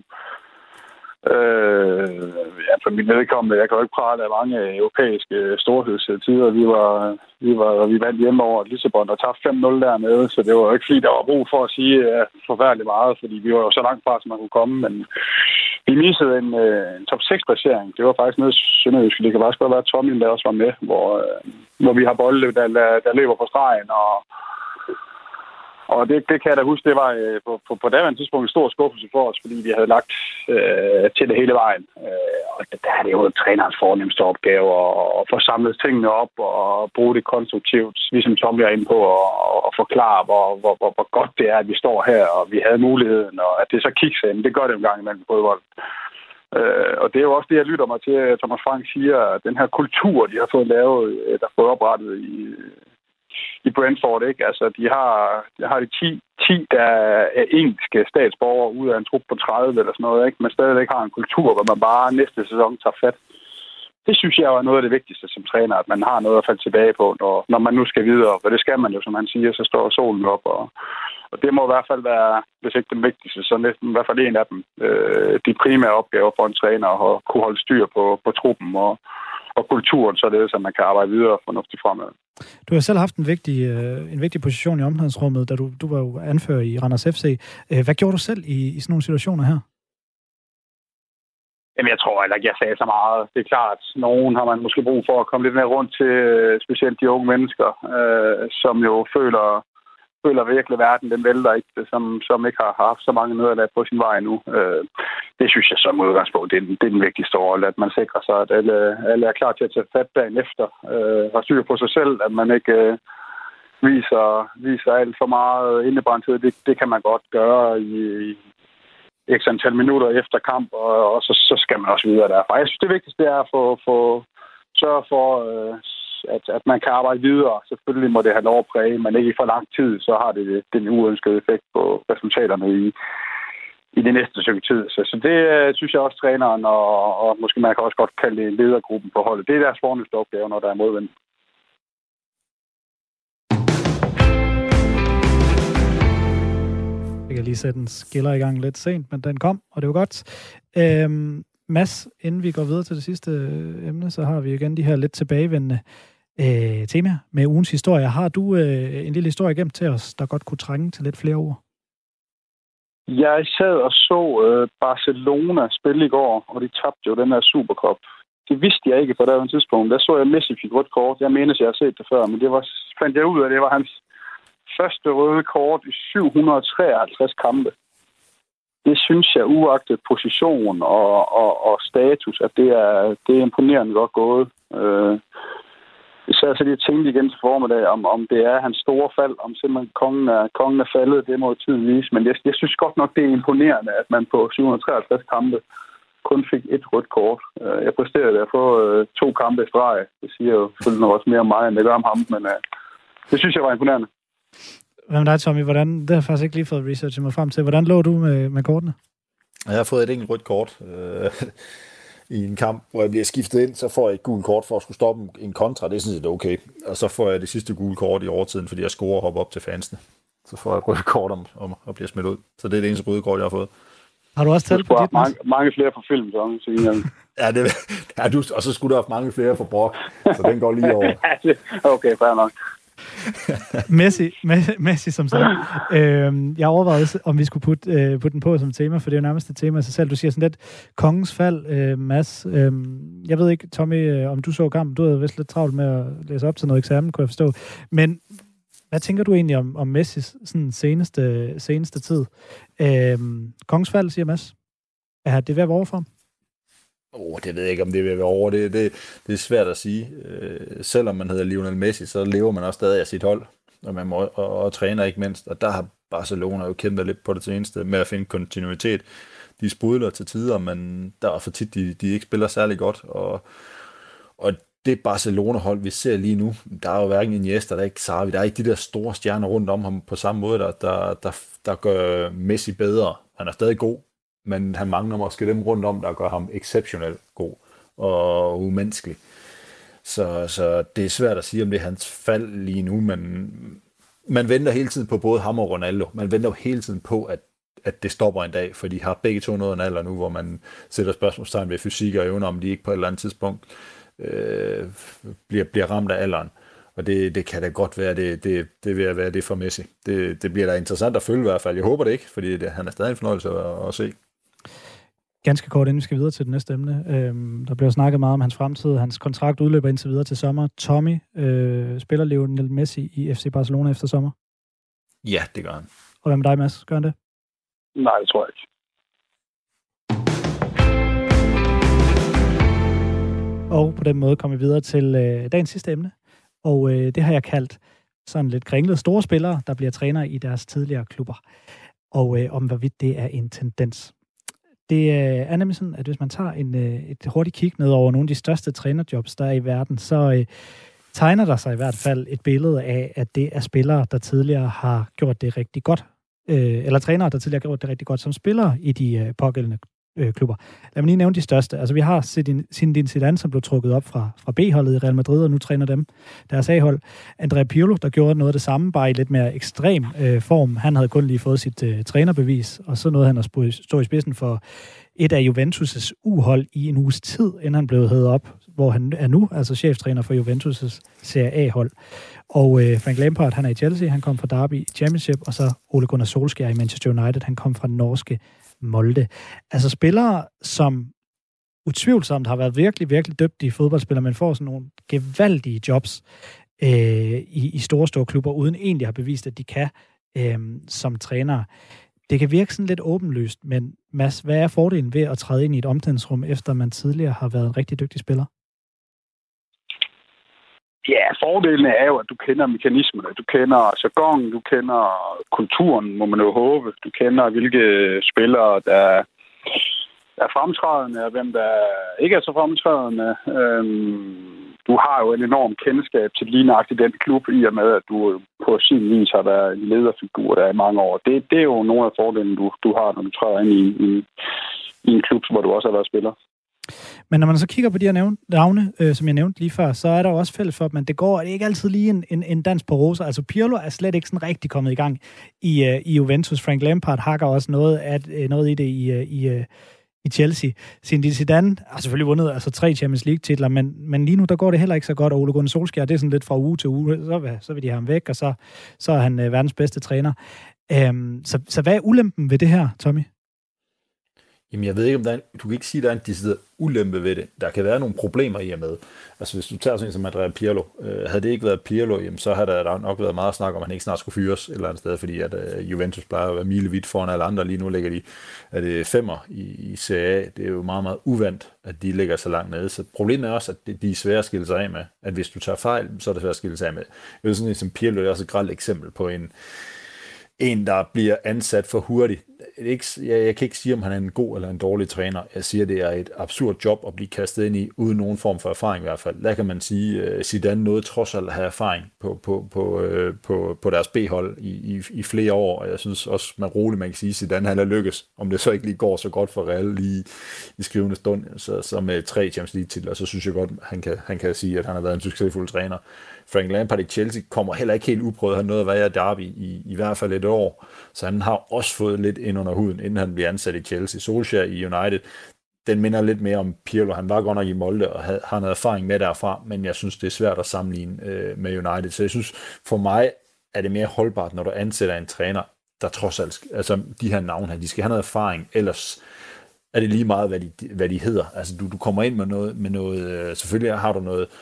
For mit vedkommende, jeg kan jo ikke prale af mange europæiske storhedstider. Vi vandt hjemme over Lissabon og tabte 5-0 dernede, så det var jo ikke fordi, der var brug for at sige forfærdeligt meget, fordi vi var jo så langt fra, som man kunne komme, men vi missede en top 6-placering. Det var faktisk noget Sønderjysk. Det kan faktisk godt være, at Tommy der også var med, hvor vi har bolde, der løber på stregen, Og det kan jeg da huske, det var på daværende tidspunkt en stor skuffelse for os, fordi vi havde lagt til det hele vejen. Og der er det jo trænerens fornemmeste opgave at få samlet tingene op og bruge det konstruktivt, ligesom Tom er inde på, og forklare, hvor godt det er, at vi står her, og vi havde muligheden, og at det så kigger ind. Det gør det en gang imellem fodbold. Og det er jo også det, jeg lytter mig til, at Thomas Frank siger, at den her kultur, de har fået lavet, der har fået oprettet i Brentford, ikke? Altså, de har de 10 der er engelske statsborgere ud af en trup på 30 eller sådan noget, ikke? Men stadigvæk har en kultur, hvor man bare næste sæson tager fat. Det synes jeg er noget af det vigtigste som træner, at man har noget at falde tilbage på, når man nu skal videre. For det skal man jo, som han siger, så står solen op. Og det må i hvert fald være, hvis ikke den vigtigste, så næsten i hvert fald en af dem. De primære opgaver for en træner at kunne holde styr på truppen og kulturen, så det er, så man kan arbejde videre fornuftigt fremad. Du har selv haft en vigtig position i omklædningsrummet, da du var jo anfører i Randers FC. Hvad gjorde du selv i sådan nogle situationer her? Jamen, jeg tror heller ikke, jeg sagde så meget. Det er klart, at nogen har man måske brug for at komme lidt mere rundt til, specielt de unge mennesker, som jo føler virkelig verden, den vælter ikke, som ikke har haft så mange nederlag på sin vej nu. Det synes jeg som udgangspunkt, det er den vigtigste rolle, at man sikrer sig, at alle er klar til at tage fat dagen efter, har styr på sig selv, at man ikke viser alt for meget indebrændthed. Det kan man godt gøre i x antal minutter efter kamp, og så skal man også videre derfra. Jeg synes, det vigtigste er at sørge for, at man kan arbejde videre. Selvfølgelig må det have lov at præge, men ikke i for lang tid, så har det den uønskede effekt på resultaterne i det næste stykke tid. Så det synes jeg også træneren, og måske man kan også godt kalde det ledergruppen på holdet. Det er deres fornemmeste opgave, når der er modvind. Jeg kan lige sætte en skiller i gang lidt sent, men den kom, og det var godt. Mads, inden vi går videre til det sidste emne, så har vi igen de her lidt tilbagevendende temaer med ugens historie. Har du en lille historie igennem til os, der godt kunne trænge til lidt flere ord? Jeg sad og så Barcelona spille i går, og de tabte jo den her Supercup. Det vidste jeg ikke på det tidspunkt. Der så jeg Messi fik rødt kort. Jeg mener, jeg har set det før, men fandt jeg ud af, det var hans første røde kort i 753 kampe. Det synes jeg, uagtet position og status, at det er imponerende godt gået. Jeg sad så lige og tænkte igen til formiddag, om det er hans store fald, om simpelthen kongen er faldet, det må jo tiden vise. Men jeg synes godt nok, det er imponerende, at man på 753 kampe kun fik et rødt kort. Jeg præsterede at få 2 kampe i streg. Det siger jo selvfølgelig også mere om mig, end det gør om ham, men det synes jeg var imponerende. Hvad med dig, Tommy? Det har jeg faktisk ikke lige fået researchet mig frem til. Hvordan lå du med kortene? Jeg har fået et enkelt rødt kort i en kamp, hvor jeg bliver skiftet ind, så får jeg et gult kort for at skulle stoppe en kontra. Det synes jeg, det er okay. Og så får jeg det sidste gule kort i overtiden, fordi jeg scorer og hopper op til fansene. Så får jeg et rødt kort om at blive smidt ud. Så det er det eneste røde kort, jeg har fået. Har du også talt på dit? Mange flere på film, så ja, og så skulle der have mange flere for Brock, så den går lige over. Okay, fair nok. Messi som sagt. Jeg overvejede, om vi skulle putte den på som tema, for det er jo nærmest et tema af sig selv. Du siger sådan lidt kongens fald, Mads. Jeg ved ikke, Tommy, om du så kampen. Du havde vist lidt travlt med at læse op til noget eksamen, kunne jeg forstå. Men hvad tænker du egentlig om Messis sådan seneste tid? Kongens fald, siger Mads. Er det ved at være over for ham? Det ved jeg ikke, om det vil være over. Det er svært at sige. Selvom man hedder Lionel Messi, så lever man også stadig af sit hold, og træner ikke mindst. Og der har Barcelona jo kæmpet lidt på det seneste med at finde kontinuitet. De sprudler til tider, men der er for tit, de ikke spiller særlig godt. Og det Barcelona-hold, vi ser lige nu, der er jo hverken Iniesta, der er ikke Xavi, der er ikke de der store stjerner rundt om ham på samme måde, der gør Messi bedre. Han er stadig god, men han mangler måske dem rundt om, der gør ham exceptionelt god og umenneskelig. Så det er svært at sige, om det er hans fald lige nu, men man venter hele tiden på både ham og Ronaldo. Man venter jo hele tiden på, at det stopper en dag, for de har begge to noget af en alder nu, hvor man sætter spørgsmålstegn ved fysik og evner, om de ikke på et eller andet tidspunkt bliver ramt af alderen. Og det kan da godt være, det vil være det for Messi. Det bliver da interessant at følge i hvert fald. Jeg håber det ikke, fordi han er stadig en fornøjelse at se. Ganske kort, inden vi skal videre til det næste emne. Der bliver snakket meget om hans fremtid. Hans kontrakt udløber indtil videre til sommer. Tommy, spiller Lionel Messi i FC Barcelona efter sommer? Ja, det gør han. Og hvad med dig, Mads? Gør han det? Nej, det tror jeg ikke. Og på den måde kommer vi videre til dagens sidste emne. Og det har jeg kaldt sådan lidt kringlede store spillere, der bliver trænere i deres tidligere klubber. Og om hvorvidt det er en tendens. Det er nemlig sådan, at hvis man tager et hurtigt kig ned over nogle af de største trænerjobs, der er i verden, så tegner der sig i hvert fald et billede af, at det er spillere, der tidligere har gjort det rigtig godt. Eller trænere, der tidligere har gjort det rigtig godt som spillere i de pågældende klubber. Lad mig lige nævne de største. Altså vi har Zinedine Zidane, som blev trukket op fra B-holdet i Real Madrid, og nu træner dem deres A-hold. Andrea Pirlo, der gjorde noget af det samme, bare i lidt mere ekstrem form. Han havde kun lige fået sit trænerbevis, og så nåede han at stå i spidsen for et af Juventus' U-hold i en uges tid, inden han blev hævet op, hvor han er nu, altså cheftræner for Juventus' Serie A-hold. Og Frank Lampard, han er i Chelsea, han kom fra Derby Championship, og så Ole Gunnar Solskjaer i Manchester United, han kom fra norske Molde. Altså spillere, som utvivlsomt har været virkelig, virkelig dygtige fodboldspillere, men får sådan nogle gevaldige jobs i store klubber, uden egentlig har bevist, at de kan som trænere. Det kan virke sådan lidt åbenlyst, men Mads, hvad er fordelen ved at træde ind i et omklædningsrum, efter man tidligere har været en rigtig dygtig spiller? Ja, fordelen er jo, at du kender mekanismerne, du kender jargonen, du kender kulturen, må man jo håbe. Du kender, hvilke spillere, der er fremtrædende, og hvem der ikke er så fremtrædende. Du har jo en enorm kendskab til lige nøjagtigt den klub, i og med, at du på sin vis har været en lederfigur der i mange år. Det er jo nogle af fordelene, du har, når du træder ind i en klub, hvor du også har været spiller. Men når man så kigger på de her navne, som jeg nævnte lige før, så er der jo også fælles for, at det går ikke altid lige en dans på roser. Altså Pirlo er slet ikke sådan rigtig kommet i gang i Juventus. Frank Lampard hakker også noget i det i Chelsea. Zinedine Zidane har selvfølgelig vundet 3 Champions League-titler, men lige nu der går det heller ikke så godt. Ole Gunnar Solskjaer, det er sådan lidt fra uge til uge, så vil de have ham væk, og så er han verdens bedste træner. Så hvad er ulempen ved det her, Tommy? Jamen, jeg ved ikke, om du kan ikke sige, at der er en decideret ulempe ved det. Der kan være nogle problemer i og med. Altså, hvis du tager sådan en som Andrea Pirlo, havde det ikke været Pirlo, jamen, så havde der nok været meget snak om, at han ikke snart skulle fyres et eller andet sted, fordi at Juventus plejer at være milevidt foran alle andre. Lige nu ligger de, er det 5'er i Serie A. Det er jo meget, meget uvandt, at de ligger så langt nede. Så problemet er også, at de er svære at skille sig af med. At hvis du tager fejl, så er det svært at skille sig af med. Det er sådan en som Pirlo, det er også et grelt eksempel på en, der bliver ansat for hurtigt. Jeg kan ikke sige, om han er en god eller en dårlig træner. Jeg siger, det er et absurd job at blive kastet ind i, uden nogen form for erfaring i hvert fald. Der kan man sige, Zidane nåede trods alt at have erfaring på deres B-hold i flere år, og jeg synes også, man kan sige, at Zidane han er lykkes. Om det så ikke lige går så godt for Real lige i skrivende stund, så med 3 Champions League-titler, så synes jeg godt, han kan sige, at han har været en succesfuld træner. Frank Lampard i Chelsea kommer heller ikke helt uprøvet. Han nåede at være i Derby i hvert fald et år, så han har også fået lidt ind under huden, inden han bliver ansat i Chelsea. Solskjaer i United, den minder lidt mere om Pirlo. Han var godt nok i Molde og har noget erfaring med derfra, men jeg synes, det er svært at sammenligne med United. Så jeg synes, for mig er det mere holdbart, når du ansætter en træner, der trods alt, altså de her navne her, de skal have noget erfaring, ellers er det lige meget, hvad de hedder. Altså du kommer ind med noget, selvfølgelig har du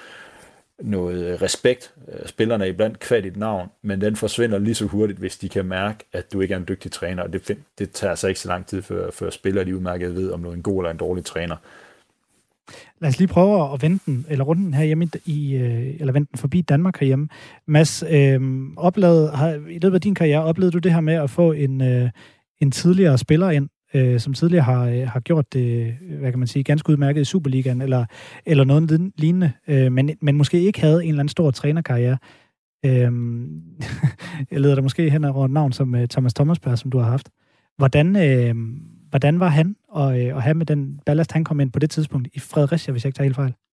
noget respekt. Spillerne er iblandt kvad dit navn, men den forsvinder lige så hurtigt, hvis de kan mærke, at du ikke er en dygtig træner, og det tager så ikke så lang tid, før spillere de udmærket ved, om du er en god eller en dårlig træner. Lad os lige prøve at vende den, eller runde den herhjemme eller vende den forbi Danmark herhjemme. Mads, i løbet af din karriere, oplevede du det her med at få en tidligere spiller ind, som tidligere har gjort det, hvad kan man sige, ganske udmærket i Superligaen, eller noget lignende, men måske ikke havde en eller anden stor trænerkarriere. Jeg leder der måske hen over et navn som Thomas Thomasberg, som du har haft. Hvordan var han at have med den ballast, han kom ind på det tidspunkt i Fredericia, hvis jeg ikke tager helt fejl?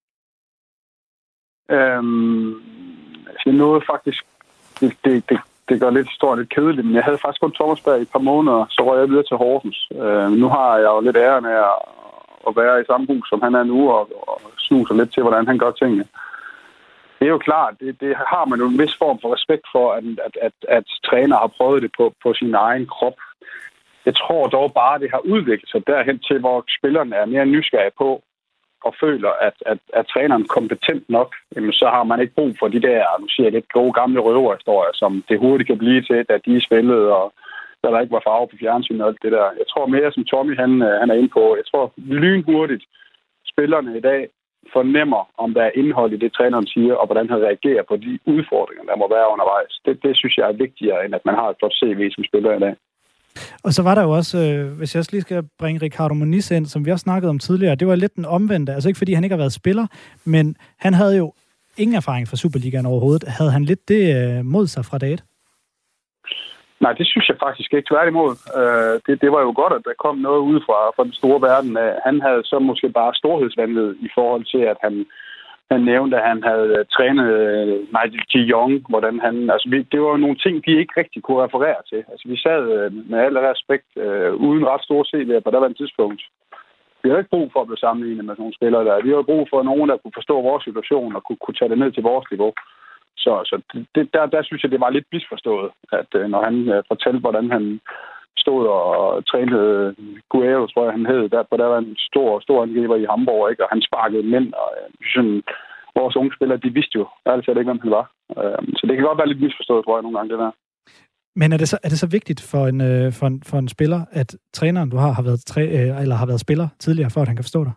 Jeg nåede faktisk det gør lidt stort lidt kedeligt, men jeg havde faktisk kun Thomasberg i et par måneder, så røg jeg videre til Horsens. Nu har jeg jo lidt æren af at være i samme hus, som han er nu, og snuser lidt til, hvordan han gør tingene. Det er jo klart, det har man jo en vis form for respekt for, at træner har prøvet det på sin egen krop. Jeg tror dog bare, det har udviklet sig derhen til, hvor spillerne er mere nysgerrige på, og føler, at træneren er kompetent nok, jamen, så har man ikke brug for de der, nu siger jeg lidt, gode gamle røverhistorier, som det hurtigt kan blive til, da de spillede, og der ikke var farve på fjernsynet og alt det der. Jeg tror mere, som Tommy han er inde på, jeg tror lynhurtigt, spillerne i dag fornemmer, om der er indhold i det, træneren siger, og hvordan han reagerer på de udfordringer, der må være undervejs. Det synes jeg er vigtigere, end at man har et flot CV som spiller i dag. Og så var der jo også, hvis jeg også lige skal bringe Ricardo Moniz ind, som vi også snakkede om tidligere, det var lidt den omvendte. Altså ikke fordi han ikke har været spiller, men han havde jo ingen erfaring fra Superligaen overhovedet. Havde han lidt det mod sig fra dag et? Nej, det synes jeg faktisk ikke. Tværtimod. Det var jo godt, at der kom noget ud fra den store verden. Han havde så måske bare storhedsvanvid i forhold til, at han nævnte, at han havde trænet Nigel de Jong, hvordan han... Altså, det var jo nogle ting, vi ikke rigtig kunne referere til. Altså, vi sad med al respekt uden ret store CV'er på der tidspunkt. Vi havde ikke brug for at blive sammenlignet med nogle spillere der. Vi havde brug for nogen, der kunne forstå vores situation og kunne tage det ned til vores niveau. Så der synes jeg, det var lidt misforstået, at når han fortalte, hvordan han stod og trænede Guerrero, tror jeg, han hed, der var en stor angriber i Hamburg, ikke? Og han sparkede mænd, og sådan, vores unge spillere, de vidste jo altid ikke, hvem han var. Så det kan godt være lidt misforstået, tror jeg, nogle gange, det der. Men er det så vigtigt for en spiller, at træneren, du har været spiller tidligere, for at han kan forstå dig?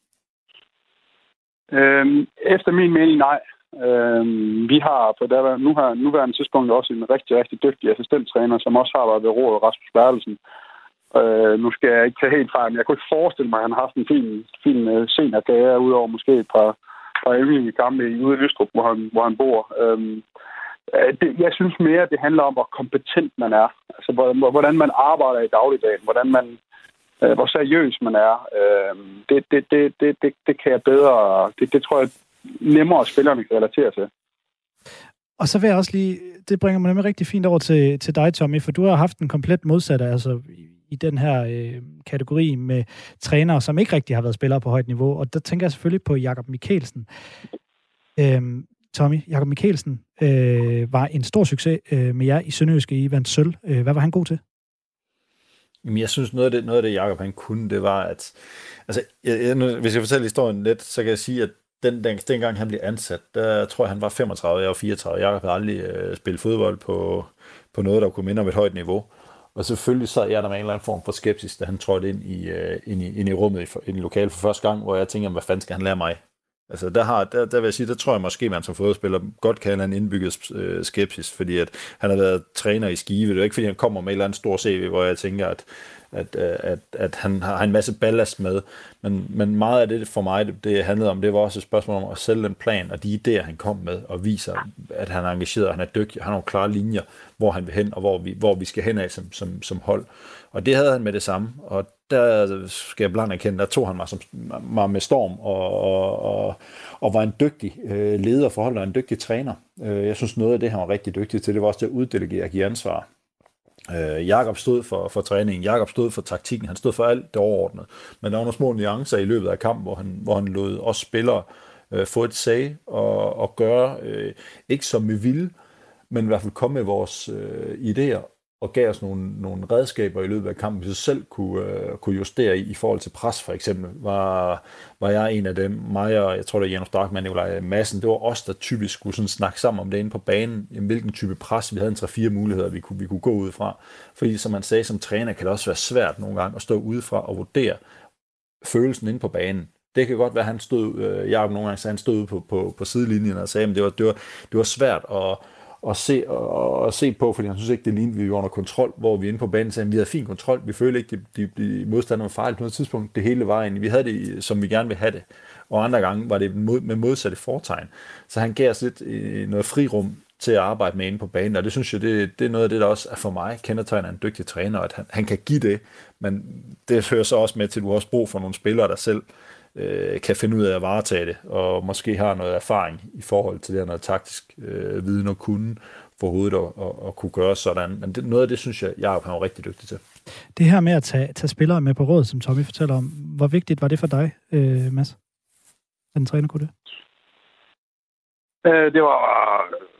Efter min mening, nej. Vi har på nuværende tidspunkt også en rigtig, rigtig dygtig assistenttræner, som også har været ved rådet, Rasmus Bertelsen. Nu skal jeg ikke tage helt fejl, men jeg kunne ikke forestille mig, at han har haft en fin seniorkarriere, udover måske et par enkelte kampe ude i Lystrup, hvor han bor. Jeg synes mere, det handler om, hvor kompetent man er. Altså, hvordan man arbejder i dagligdagen, hvor seriøs man er. Det kan jeg bedre... Det tror jeg nemmere, at spillerne kan relatere til. Og så vil jeg også lige... Det bringer mig nemlig rigtig fint over til dig, Tommy, for du har haft en komplet modsatte, altså i den her kategori med trænere, som ikke rigtig har været spillere på højt niveau. Og der tænker jeg selvfølgelig på Jakob Mikkelsen. Tommy, Jakob Mikkelsen var en stor succes med jer i Sønderjyske i vandt sølv. Hvad var han god til? Jamen, jeg synes, noget af det Jakob han kunne, det var, at... Altså, hvis jeg fortæller historien lidt, så kan jeg sige, at dengang han blev ansat, der tror jeg, han var 35, jeg var 34. Jakob havde aldrig spillet fodbold på noget, der kunne minde om et højt niveau. Og selvfølgelig sad jeg der med en eller anden form for skepsis, da han trådte ind i rummet i lokale for første gang, hvor jeg tænker, hvad fanden skal han lære mig? Altså, der vil jeg sige, der tror jeg måske, man som fodboldspiller godt kan have en indbygget skepsis, fordi at han har været træner i Skive. Det er ikke, fordi han kommer med en eller anden stor CV, hvor jeg tænker, at han har en masse ballast med. Men meget af det for mig, det handlede om, det var også et spørgsmål om at sælge en plan, og de idéer, han kom med, og viser, at han er engageret, og han er dygtig, og han har nogle klare linjer, hvor han vil hen, og hvor vi skal hen af som hold. Og det havde han med det samme, og der skal jeg blandt erkende, der tog han mig med storm, og var en dygtig leder for holdet, og en dygtig træner. Jeg synes, noget af det, han var rigtig dygtig til, det var også det at uddelegere og give ansvar. Jakob stod for træningen, Jakob stod for taktikken, han stod for alt det overordnede. Men der var nogle små nuancer i løbet af kampen, hvor han lod os spillere få et sag og gøre, ikke som vi ville, men i hvert fald komme med vores idéer, og gav os nogle redskaber i løbet af kampen, vi så selv kunne justere i forhold til pres, for eksempel. Var jeg en af dem, mig og jeg tror, det er Janus Darkman, Nikolaj Madsen, det var os, der typisk skulle sådan snakke sammen om det inde på banen, hvilken type pres, vi havde 3-4 muligheder, vi kunne gå ud fra. Fordi som man sagde, som træner kan det også være svært nogle gange at stå udefra og vurdere følelsen inde på banen. Det kan godt være, at han stod, Jacob nogle gange sagde, han stod ude på sidelinjen og sagde, at det var svært at se på, fordi han synes ikke, det lignede, vi var under kontrol, hvor vi inde på banen sagde, at vi havde fin kontrol, vi følte ikke, de modstandere var fejl på noget tidspunkt, det hele vejen, vi havde det, som vi gerne ville have det, og andre gange var det med modsatte fortegn, så han gav os lidt noget frirum til at arbejde med inde på banen, og det synes jeg, det er noget af det, der også er for mig kendetegner en dygtig træner, at han kan give det, men det hører så også med til, at du har også brug for nogle spillere, der selv kan finde ud af at varetage det, og måske har noget erfaring i forhold til det her noget taktisk viden og kunne for hovedet og kunne gøre sådan. Men noget af det, synes jeg, Jacob er rigtig dygtig til. Det her med at tage spillere med på råd, som Tommy fortæller om, hvor vigtigt var det for dig, Mads? At en træner kunne det? Det var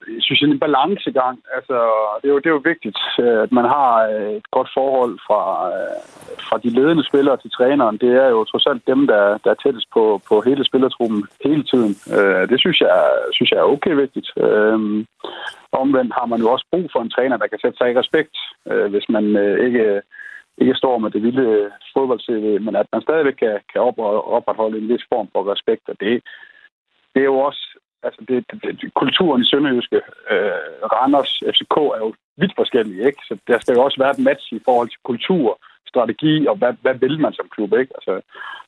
jeg synes, det er en balancegang. Altså, det er jo vigtigt, at man har et godt forhold fra de ledende spillere til træneren. Det er jo trods alt dem, der er tættest på hele spillertruppen hele tiden. Det synes jeg er okay vigtigt. Omvendt har man jo også brug for en træner, der kan sætte sig i respekt, hvis man ikke står med det vilde fodbold-CV, men at man stadigvæk kan opretholde en vis form for respekt. Og det er jo også, altså kulturen i Sønderjyske, Randers, FCK er jo vidt forskellige, ikke? Så der skal jo også være et match i forhold til kultur, strategi, og hvad vil man som klub, ikke? Altså,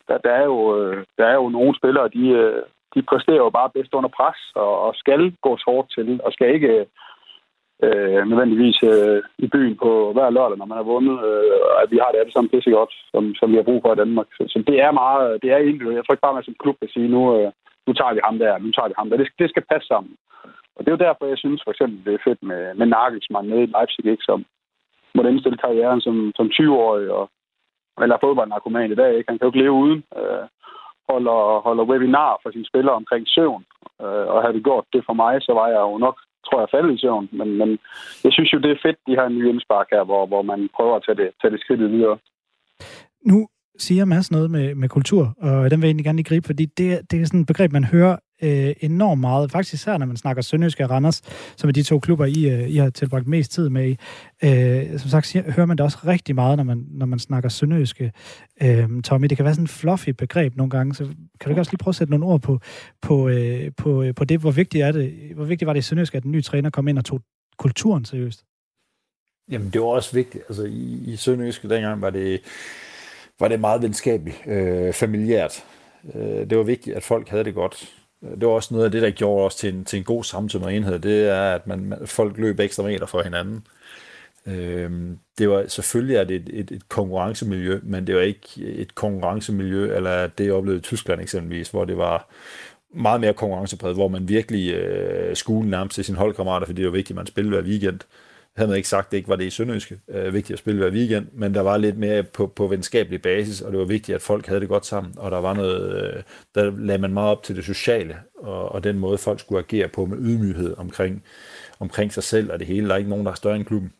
der er jo nogle spillere, de præsterer jo bare bedst under pres, og skal gå hårdt til, og skal ikke nødvendigvis i byen på hver lørdag, når man har vundet, at vi har det alle sammen pisse godt, som vi har brug for i Danmark. Så det er meget, det er individuelt. Jeg tror ikke bare, man som klub kan sige, nu tager vi ham der, nu tager vi ham der. Det skal passe sammen. Og det er jo derfor, jeg synes for eksempel, det er fedt med Nagelsmann nede i Leipzig, ikke, som måtte indstille karrieren som 20-årig, eller fodboldnarkoman i dag, ikke? Han kan jo ikke leve uden. Holder webinar for sine spillere omkring søvn. Og havde det gjort det for mig, så var jeg jo nok, tror jeg, faldet i søvn. Men jeg synes jo, det er fedt, de har en ny indspark her, hvor man prøver at tage det skridt videre. Nu siger Mads noget med kultur, og den vil jeg egentlig gerne lige gribe, fordi det er sådan et begreb, man hører enormt meget. Faktisk især, når man snakker Sønderjyske og Randers, som er de to klubber, I har tilbragt mest tid med i. Som sagt, hører man det også rigtig meget, når man snakker Sønderjyske. Tommy, det kan være sådan et fluffy begreb nogle gange, så kan du ikke også lige prøve at sætte nogle ord på det? Hvor vigtigt var det i Sønderjyske, at den nye træner kom ind og tog kulturen seriøst? Jamen, det var også vigtigt. Altså, i Sønderjyske dengang var det meget venskabeligt, familiært. Det var vigtigt, at folk havde det godt. Det var også noget af det, der gjorde os til en god samtid og enhed. Det er, at folk løb ekstra meter for hinanden. Det var selvfølgelig et konkurrencemiljø, men det var ikke et konkurrencemiljø, eller det jeg oplevede i Tyskland eksempelvis, hvor det var meget mere konkurrencepræget, hvor man virkelig skulle nærmest til sine holdkammerater, fordi det var vigtigt, at man spillede hver weekend. Jeg havde ikke sagt, at det ikke var det i Sønderjyske. Vigtigt at spille hver weekend, men der var lidt mere på venskabelig basis, og det var vigtigt, at folk havde det godt sammen, og der var noget, der lagde man meget op til det sociale, og den måde, folk skulle agere på med ydmyghed omkring sig selv, og det hele. Der er ikke nogen, der er større end klubben.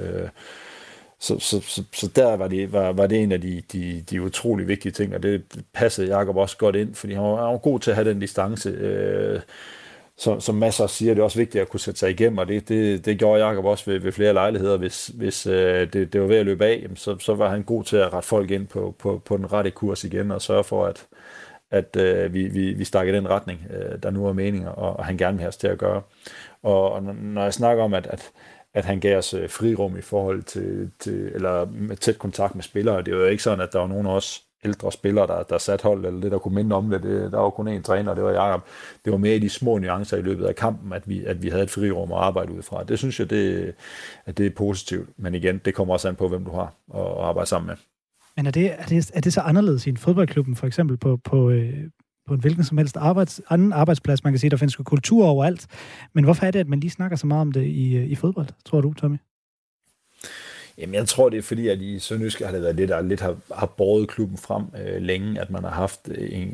Så der var det en af de utrolig vigtige ting, og det passede Jakob også godt ind, fordi han var god til at have den distance. Som masser siger, det er også vigtigt at kunne sætte sig igennem, og det gjorde Jakob også ved flere lejligheder. Hvis det var ved at løbe af, så var han god til at rette folk ind på den rette kurs igen, og sørge for, at vi stak i den retning, der nu er meninger, og han gerne vil have os til at gøre. Og når jeg snakker om, at han gav os frirum i forhold til eller med tæt kontakt med spillere, det er jo ikke sådan, at der var nogen af os ældre spillere, der satte hold, eller det, der kunne minde om det. Der var kun én træner, og det var Jakob. Det var mere i de små nuancer i løbet af kampen, at vi havde et frirum at arbejde ud fra. Det synes jeg, at det er positivt. Men igen, det kommer også an på, hvem du har at arbejde sammen med. Men er det så anderledes i en fodboldklubben, for eksempel på en hvilken som helst anden arbejdsplads? Man kan sige, der findes jo kultur overalt. Men hvorfor er det, at man lige snakker så meget om det i fodbold, tror du, Tommy? Jamen, jeg tror, det er fordi, at i Sønderjyske har det været det, der lidt har båret klubben frem længe, at man har haft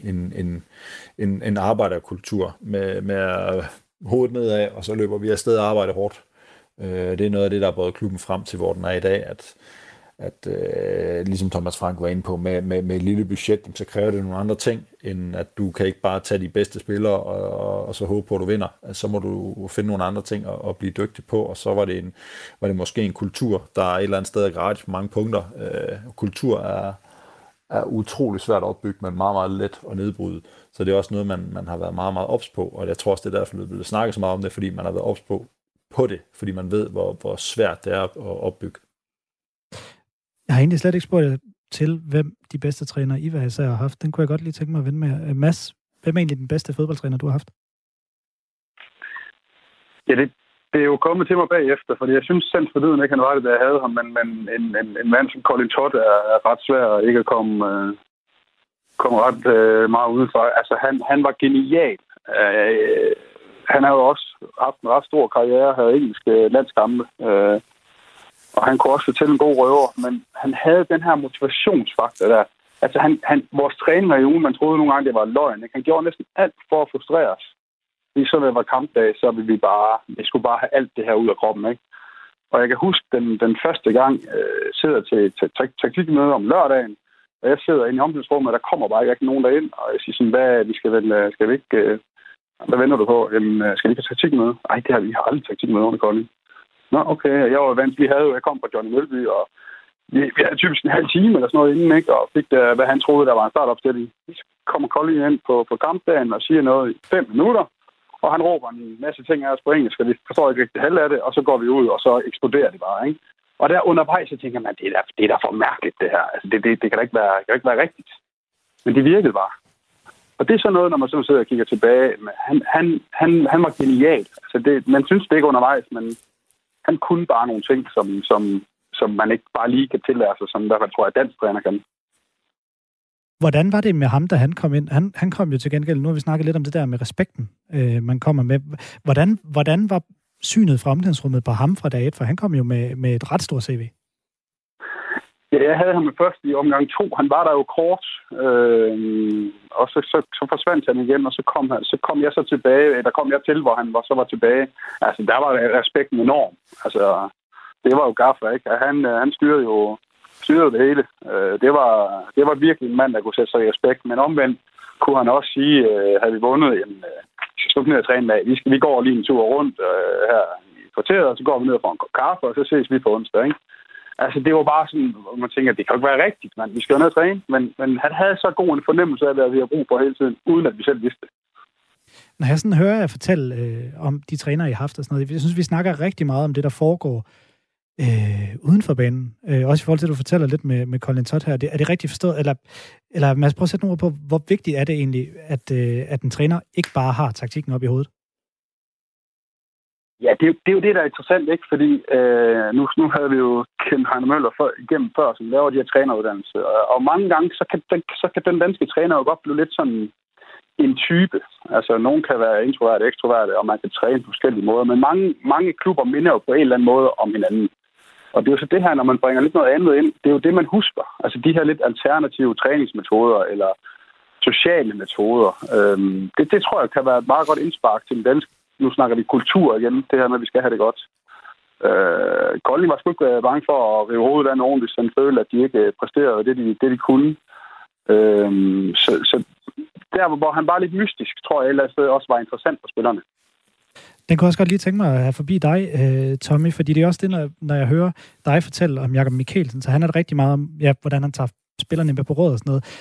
en arbejderkultur med hovedet nedad, og så løber vi afsted og arbejder hårdt. Det er noget af det, der har båret klubben frem til, hvor den er i dag, at ligesom Thomas Frank var inde på, med et lille budget, så kræver det nogle andre ting, end at du kan ikke bare tage de bedste spillere og så håbe på, at du vinder. Så må du finde nogle andre ting at blive dygtig på, og så var det måske en kultur, der er et eller andet sted gratis på mange punkter. Kultur er utrolig svært at opbygge, men meget, meget let at nedbryde. Så det er også noget, man har været meget, meget ops på, og jeg tror også, det er derfor, det er blevet snakket så meget om det, fordi man har været ops på det, fordi man ved, hvor svært det er at opbygge. Jeg har egentlig slet ikke spurgt til, hvem de bedste trænere I hver især har haft. Den kunne jeg godt lige tænke mig at vende med. Mads, hvem er egentlig den bedste fodboldtræner, du har haft? Ja, det er jo kommet til mig bagefter, fordi jeg synes selv for tiden ikke, han var det, da jeg havde ham, men en mand som Colin Todd er ret svær at ikke komme ret meget udenfor. Altså, han var genial. Han har jo også haft en ret stor karriere, havde engelske landskampe, og han kunne også fortælle en god røver, men han havde den her motivationsfaktor der. Altså, vores træninger i ugen, man troede nogle gange, det var løgn. Ikke? Han gjorde næsten alt for at frustre os. Lige så når det var kampdag, så ville vi skulle bare have alt det her ud af kroppen, ikke? Og jeg kan huske den første gang, sidder til taktikmøde om lørdagen, og jeg sidder inde i omklædningsrummet, og der kommer bare ikke nogen derind, og jeg siger sådan, skal vi ikke, hvad venter du på? Skal vi ikke have taktikmøde? Ej, vi har aldrig taktikmøde under Kolding. Nå, okay, jeg var vant, jeg kom fra Johnny Mølby, og vi havde typisk en halv time eller sådan noget inden, ikke? Og fik det, hvad han troede, der var en startopstilling. Så kommer Kolding ind på kampdagen og siger noget i 5 minutter, og han råber en masse ting af os på engelsk, og vi forstår ikke rigtig halv af det, og så går vi ud, og så eksploderer det bare, ikke? Og der undervejs, så tænker man, det er da for mærkeligt, det her. Altså, det kan da ikke være rigtigt. Men det virkede bare. Og det er så noget, når man så sidder og kigger tilbage. Han var genial. Altså, man synes det ikke undervejs, men han kunne bare nogle ting, som man ikke bare lige kan tillære sig, som i hvert fald tror jeg, dansk træner kan. Hvordan var det med ham, da han kom ind? Han kom jo til gengæld, nu har vi snakket lidt om det der med respekten, man kommer med. Hvordan var synet fra omklædningsrummet på ham fra dag 1? For han kom jo med et ret stort CV. Ja, jeg havde ham først i omgang 2. Han var der jo kort, og så forsvandt han igen, og så kom jeg så tilbage, eller kom jeg til, hvor han så var tilbage. Altså, der var respekten enorm. Altså, det var jo Gaffer, ikke? Han styrede det hele. Det var virkelig en mand, der kunne sætte sig i respekt, men omvendt kunne han også sige, havde vi vundet, vi skal ned og træne med. Vi går lige en tur rundt her i kvarteret, og så går vi ned og får en kop kaffe, og så ses vi på onsdag, ikke? Altså, det var bare sådan, hvor man tænker, det kan jo ikke være rigtigt, man. Vi skal jo ned og træne, men han havde så god en fornemmelse af, hvad vi har brug for hele tiden, uden at vi selv vidste det. Når jeg sådan hører jer fortælle om de trænere, I har haft og sådan noget, jeg synes, vi snakker rigtig meget om det, der foregår uden for banen. Også i forhold til, at du fortæller lidt med Colin Todd her. Er det rigtigt forstået? Eller Mads, prøv at sætte nogle ord på, hvor vigtigt er det egentlig, at en træner ikke bare har taktikken op i hovedet? Ja, det er jo det, der er interessant, ikke? Fordi nu havde vi jo kendt Heiner Møller igennem før, som laver de her træneruddannelser. Og mange gange, så kan den danske træner jo godt blive lidt sådan en type. Altså, nogen kan være introverte, ekstroverte, og man kan træne på forskellige måder. Men mange klubber minder jo på en eller anden måde om hinanden. Og det er jo så det her, når man bringer lidt noget andet ind, det er jo det, man husker. Altså, de her lidt alternative træningsmetoder, eller sociale metoder. Det tror jeg kan være et meget godt indspark til den danske. Nu snakker vi kultur igen, det her med, at vi skal have det godt. Kolding var sgu ikke bange for at rive hovedet af nogen, hvis han følte, at de ikke præsterede det, de kunne. Så der, hvor han var lidt mystisk, tror jeg ellers også var interessant for spillerne. Den kunne også godt lige tænke mig at have forbi dig, Tommy, fordi det er også det, når jeg hører dig fortælle om Jakob Mikkelsen, så handler det rigtig meget om, hvordan han tager spillerne med på råd og sådan noget.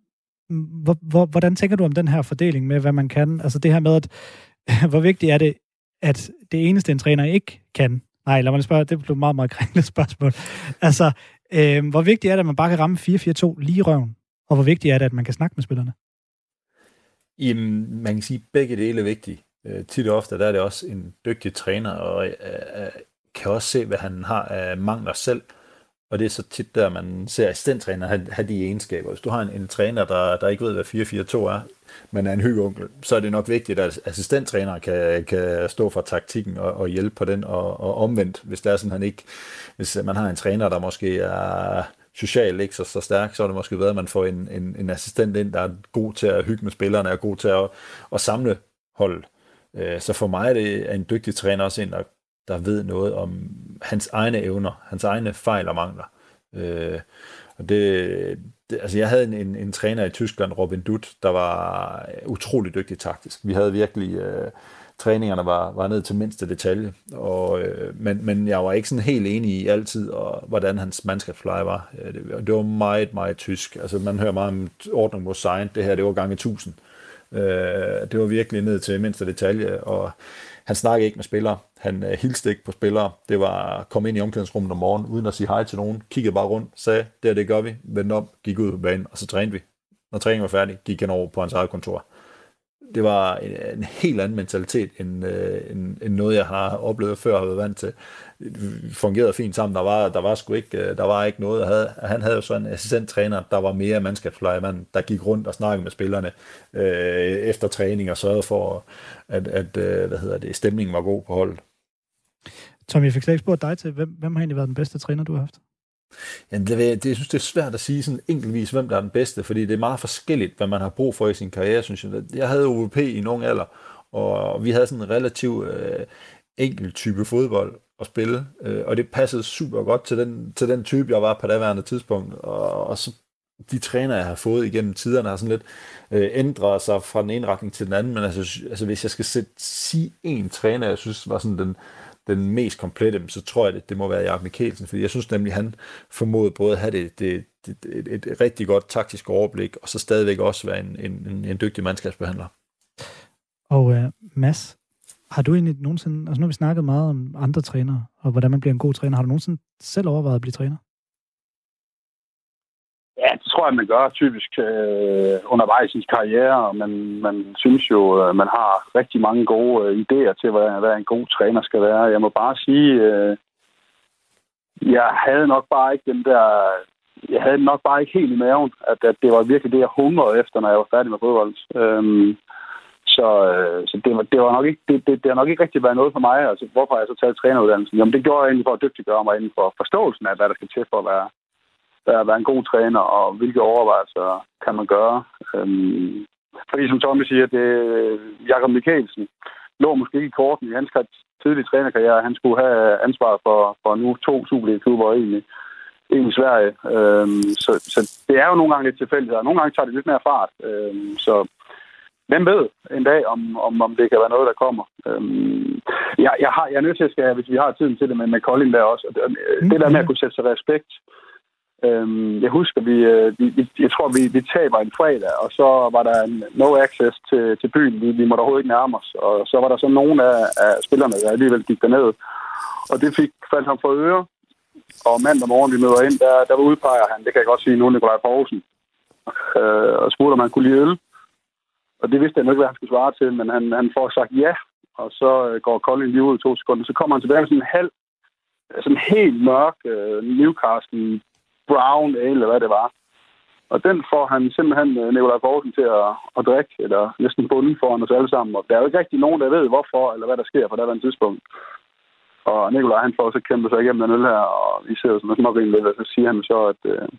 Hvordan tænker du om den her fordeling med, hvad man kan? Altså det her med, at hvor vigtigt er det, at det eneste, en træner ikke kan? Nej, lad mig spørge, det blev et meget, meget kringlet spørgsmål. Altså, hvor vigtigt er det, at man bare kan ramme 4-4-2 lige i røven? Og hvor vigtigt er det, at man kan snakke med spillerne? Jamen, man kan sige, at begge dele er vigtige. Tit og ofte der er det også en dygtig træner, og kan også se, hvad han har af mangler selv. Og det er så tit der, man ser assistenttræner have de egenskaber. Hvis du har en træner, der ikke ved, hvad 4-4-2 er, men er en hyggeonkel, så er det nok vigtigt, at assistenttræner kan stå for taktikken og hjælpe på den, og omvendt, hvis det er sådan, hvis man har en træner, der måske er socialt ikke så stærk, så er det måske ved, at man får en assistent ind, der er god til at hygge med spillerne, og god til at samle holdet. Så for mig er det en dygtig træner også en, der ved noget om hans egne evner, hans egne fejl og mangler. Og altså jeg havde en træner i Tyskland, Robin Dutt, der var utrolig dygtig taktisk. Vi havde virkelig træningerne var ned til mindste detalje, men jeg var ikke sådan helt enig i altid, og hvordan hans mandskabspleje var. Det var meget, meget tysk. Altså man hører meget om ordning mod sign. Det her, det var gange 1000. Det var virkelig ned til mindste detalje, og han snakkede ikke med spillere. Han hilste ikke på spillere. Det var at komme ind i omklædningsrummet om morgenen, uden at sige hej til nogen. Kiggede bare rundt, sagde, det gør vi. Vendte om, gik ud på banen, og så trænede vi. Når træningen var færdig, gik han over på hans eget kontor. Det var en helt anden mentalitet, end noget, jeg har oplevet før og har været vant til. Det fungerede fint sammen. Der var ikke noget. Han havde jo sådan en assistenttræner, der var mere mandskabsplejermand, der gik rundt og snakkede med spillerne efter træning og sørgede for, at stemningen var god på holdet. Tom, jeg fik slet ikke spurgt dig til, hvem har egentlig været den bedste træner, du har haft? Jamen, jeg synes, det er svært at sige sådan enkeltvis, hvem der er den bedste, fordi det er meget forskelligt, hvad man har brug for i sin karriere, synes jeg. Jeg havde OVP i nogen alder, og vi havde sådan en relativt enkel type fodbold at spille, og det passede super godt til den type, jeg var på daværende tidspunkt, og så de træner, jeg har fået igennem tiderne, har sådan lidt ændret sig fra den ene retning til den anden, men altså hvis jeg skal sige en træner, jeg synes var sådan den mest komplette, så tror jeg, det må være Jakob Mikkelsen, fordi jeg synes nemlig, han formåede både at have et rigtig godt taktisk overblik, og så stadigvæk også være en dygtig mandskabsbehandler. Og Mads, har du egentlig nogensinde, altså nu har vi snakket meget om andre trænere, og hvordan man bliver en god træner, har du nogensinde selv overvejet at blive træner? Ja, det tror jeg, man gør typisk undervejs i sin karriere, og man synes jo, at man har rigtig mange gode idéer til, hvad en god træner skal være. Jeg må bare sige, jeg havde nok bare ikke helt i maven, at det var virkelig det, jeg hungrede efter, når jeg var færdig med fodbold. Så det var nok ikke, det har nok ikke rigtig været noget for mig. Altså, hvorfor har jeg så taget træneruddannelsen? Jamen, det gjorde jeg egentlig for at dygtiggøre mig inden for forståelsen af, hvad der skal til for at være en god træner, og hvilke overvejelser kan man gøre. Fordi som Tommy siger, Jakob Mikkelsen lå måske ikke i korten i hans tidlige trænerkarriere. Han skulle have ansvaret for nu 2 Superliga-klubber egentlig i Sverige. Så det er jo nogle gange lidt tilfældigt. Nogle gange tager det lidt mere fart. Så hvem ved en dag, om det kan være noget, der kommer. Jeg er nødt til at skal, hvis vi har tiden til det med Kolding der også. Det der med at kunne sætte sig respekt. Jeg husker, jeg tror, vi taber en fredag, og så var der no access til byen. Vi måtte overhovedet ikke nærme os. Og så var der så nogle af spillerne, der alligevel gik derned. Og det faldt ham for øre. Og mandag morgen, vi møder ind, der udpeger han, det kan jeg godt sige nu, Nikolaj Poulsen. Og spurgte, om han kunne lide øl. Og det vidste jeg nok ikke, hvad han skulle svare til, men han får sagt ja. Og så går Kolding lige ud i 2 sekunder. Så kommer han tilbage med sådan en helt mørk Newcastle Brown ale, eller hvad det var. Og den får han simpelthen Nikolaj Poulsen til at drikke, eller næsten bunden foran os alle sammen. Og der er jo ikke rigtig nogen, der ved, hvorfor, eller hvad der sker på det tidspunkt. Og Nikolaj, han får så kæmpet sig igennem den øl her, og vi ser jo sådan noget smågrin lidt, og så siger han så,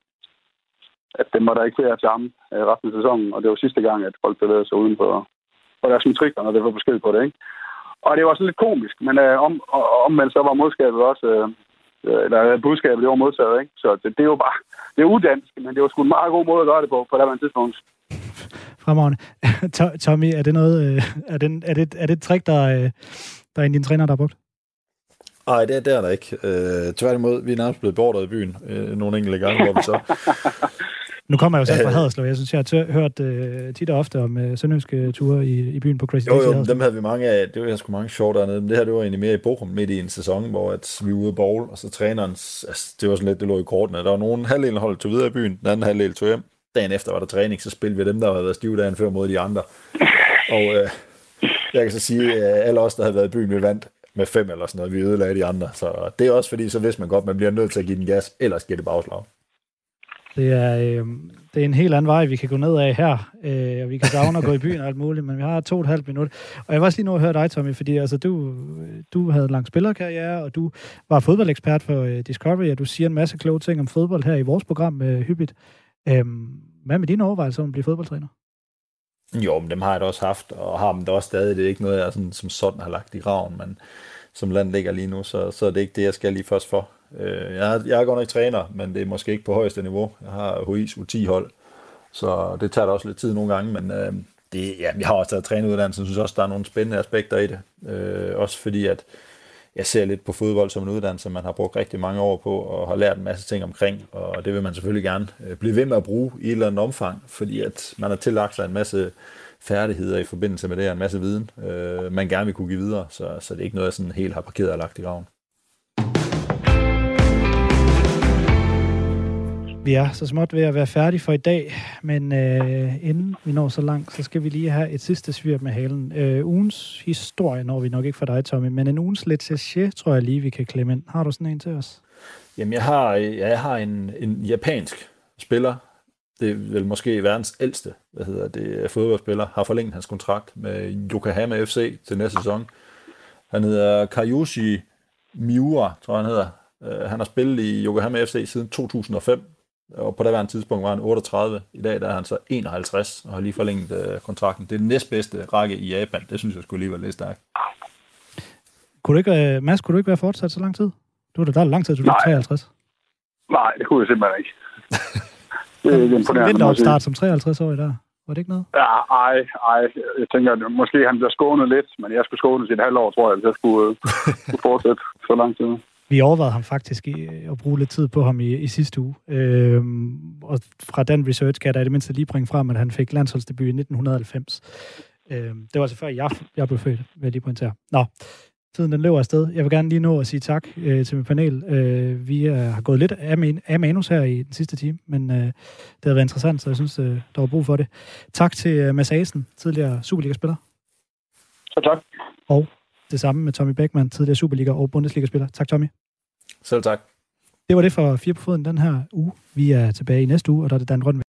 at det må der ikke være til ham resten af sæsonen. Og det var sidste gang, at folk bevægede sig uden for deres matrikler, når det var besked på det, ikke? Og det var sådan lidt komisk, men omvendt så var modskabet også... eller budskabet, det var modtaget, ikke? Så det er jo bare, det er udansk, men det var sgu en meget god måde at gøre det på det tidspunkt. Fremragende. Tommy, er det noget, er det et trick, der er en din træner, der har brugt? Nej, det er der ikke. Tværtimod, vi er nærmest blevet beordret i byen nogle enkelte gange, hvor vi så... Nu kommer jeg jo selv fra Haderslev. Jeg synes, jeg har hørt tit og ofte om sønderjyske ture i byen på Crazy Daisy. Jo, dem havde vi mange af. Det var sgu mange sjovt dernede. Men det her, det var egentlig mere i Bochum midt i en sæson, hvor vi var ude at bowl, og så træneren, altså, det var sådan lidt, det lå i kortene. Der var nogen halvdelen af holdet tog videre i byen, den anden halvdel tog hjem. Dagen efter var der træning, så spillede vi dem, der havde været stive dagen før mod de andre. Og jeg kan så sige, at alle os, der havde været i byen, vi vandt med 5 eller sådan noget. Vi ødelagde de andre. Så det er også fordi, så vidste man godt, man bliver nødt til at give den gas, ellers giver det bagslag. Det er en helt anden vej, vi kan gå ned af her. Vi kan savne at gå i byen og alt muligt, men vi har 2,5 minutter. Og jeg vil også lige nu høre dig, Tommy, fordi altså, du havde en lang spillerkarriere, og du var fodboldekspert for Discovery, og du siger en masse kloge ting om fodbold her i vores program hyppigt. Hvad med dine overvejelser om at blive fodboldtræner? Jo, men dem har jeg da også haft, og har dem da også stadig. Det er ikke noget, jeg sådan, som sådan har lagt i graven, men som land ligger lige nu, så er det ikke det, jeg skal lige først for. Jeg er godt nok træner, men det er måske ikke på højeste niveau. Jeg har HI's U10-hold, så det tager da også lidt tid nogle gange, men jeg har også taget træneruddannelse, så synes også, der er nogle spændende aspekter i det. Også fordi, at jeg ser lidt på fodbold som en uddannelse, man har brugt rigtig mange år på, og har lært en masse ting omkring, og det vil man selvfølgelig gerne blive ved med at bruge i et eller andet omfang, fordi at man har tillagt sig en masse færdigheder i forbindelse med det, og en masse viden, man gerne vil kunne give videre, så det er ikke noget, jeg sådan helt har parkeret og lagt i graven. Vi er så småt ved at være færdige for i dag, men inden vi når så langt, så skal vi lige have et sidste svirp med halen. Ugens historie når vi nok ikke for dig, Tommy, men en ugens lettché, tror jeg lige, vi kan klemme ind. Har du sådan en til os? Jamen, jeg har en japansk spiller, det er vel måske verdens ældste, fodboldspiller, har forlænget hans kontrakt med Yokohama FC til næste sæson. Han hedder Kyoshi Miura, tror jeg han hedder. Han har spillet i Yokohama FC siden 2005, Og på daværende tidspunkt var han 38. I dag der er han så 51 og har lige forlænget kontrakten. Det er den næstbedste række i Japan. Det synes jeg skulle lige være lidt stærkt. Mads, kunne du ikke være fortsat så lang tid? Der er lang tid, du er 53. Nej, det kunne jeg simpelthen ikke. Det er imponerende. Vinteropstart som 53-årig der. Var det ikke noget? Ja, ej. Jeg tænker, at måske han bliver skånet lidt, men jeg skulle skånes i et halvt år, tror jeg, hvis jeg skulle fortsætte så lang tid. Vi overvejede ham faktisk at bruge lidt tid på ham i sidste uge. Og fra den research kan jeg da i det mindste lige bringe frem, at han fik landsholdsdebut i 1990. Det var altså før jeg blev født, vil jeg lige pointere. Nå, tiden den løber afsted. Jeg vil gerne lige nå at sige tak til mit panel. Vi har gået lidt af manus her i den sidste time, men det har været interessant, så jeg synes, der var brug for det. Tak til Mads Asen, tidligere Superliga-spiller. Så tak. Og det samme med Tommy Beckmann, tidligere Superliga- og Bundesliga-spiller. Tak, Tommy. Selv tak. Det var det for 4 på foden den her uge. Vi er tilbage i næste uge, og der er det Dan Rønne.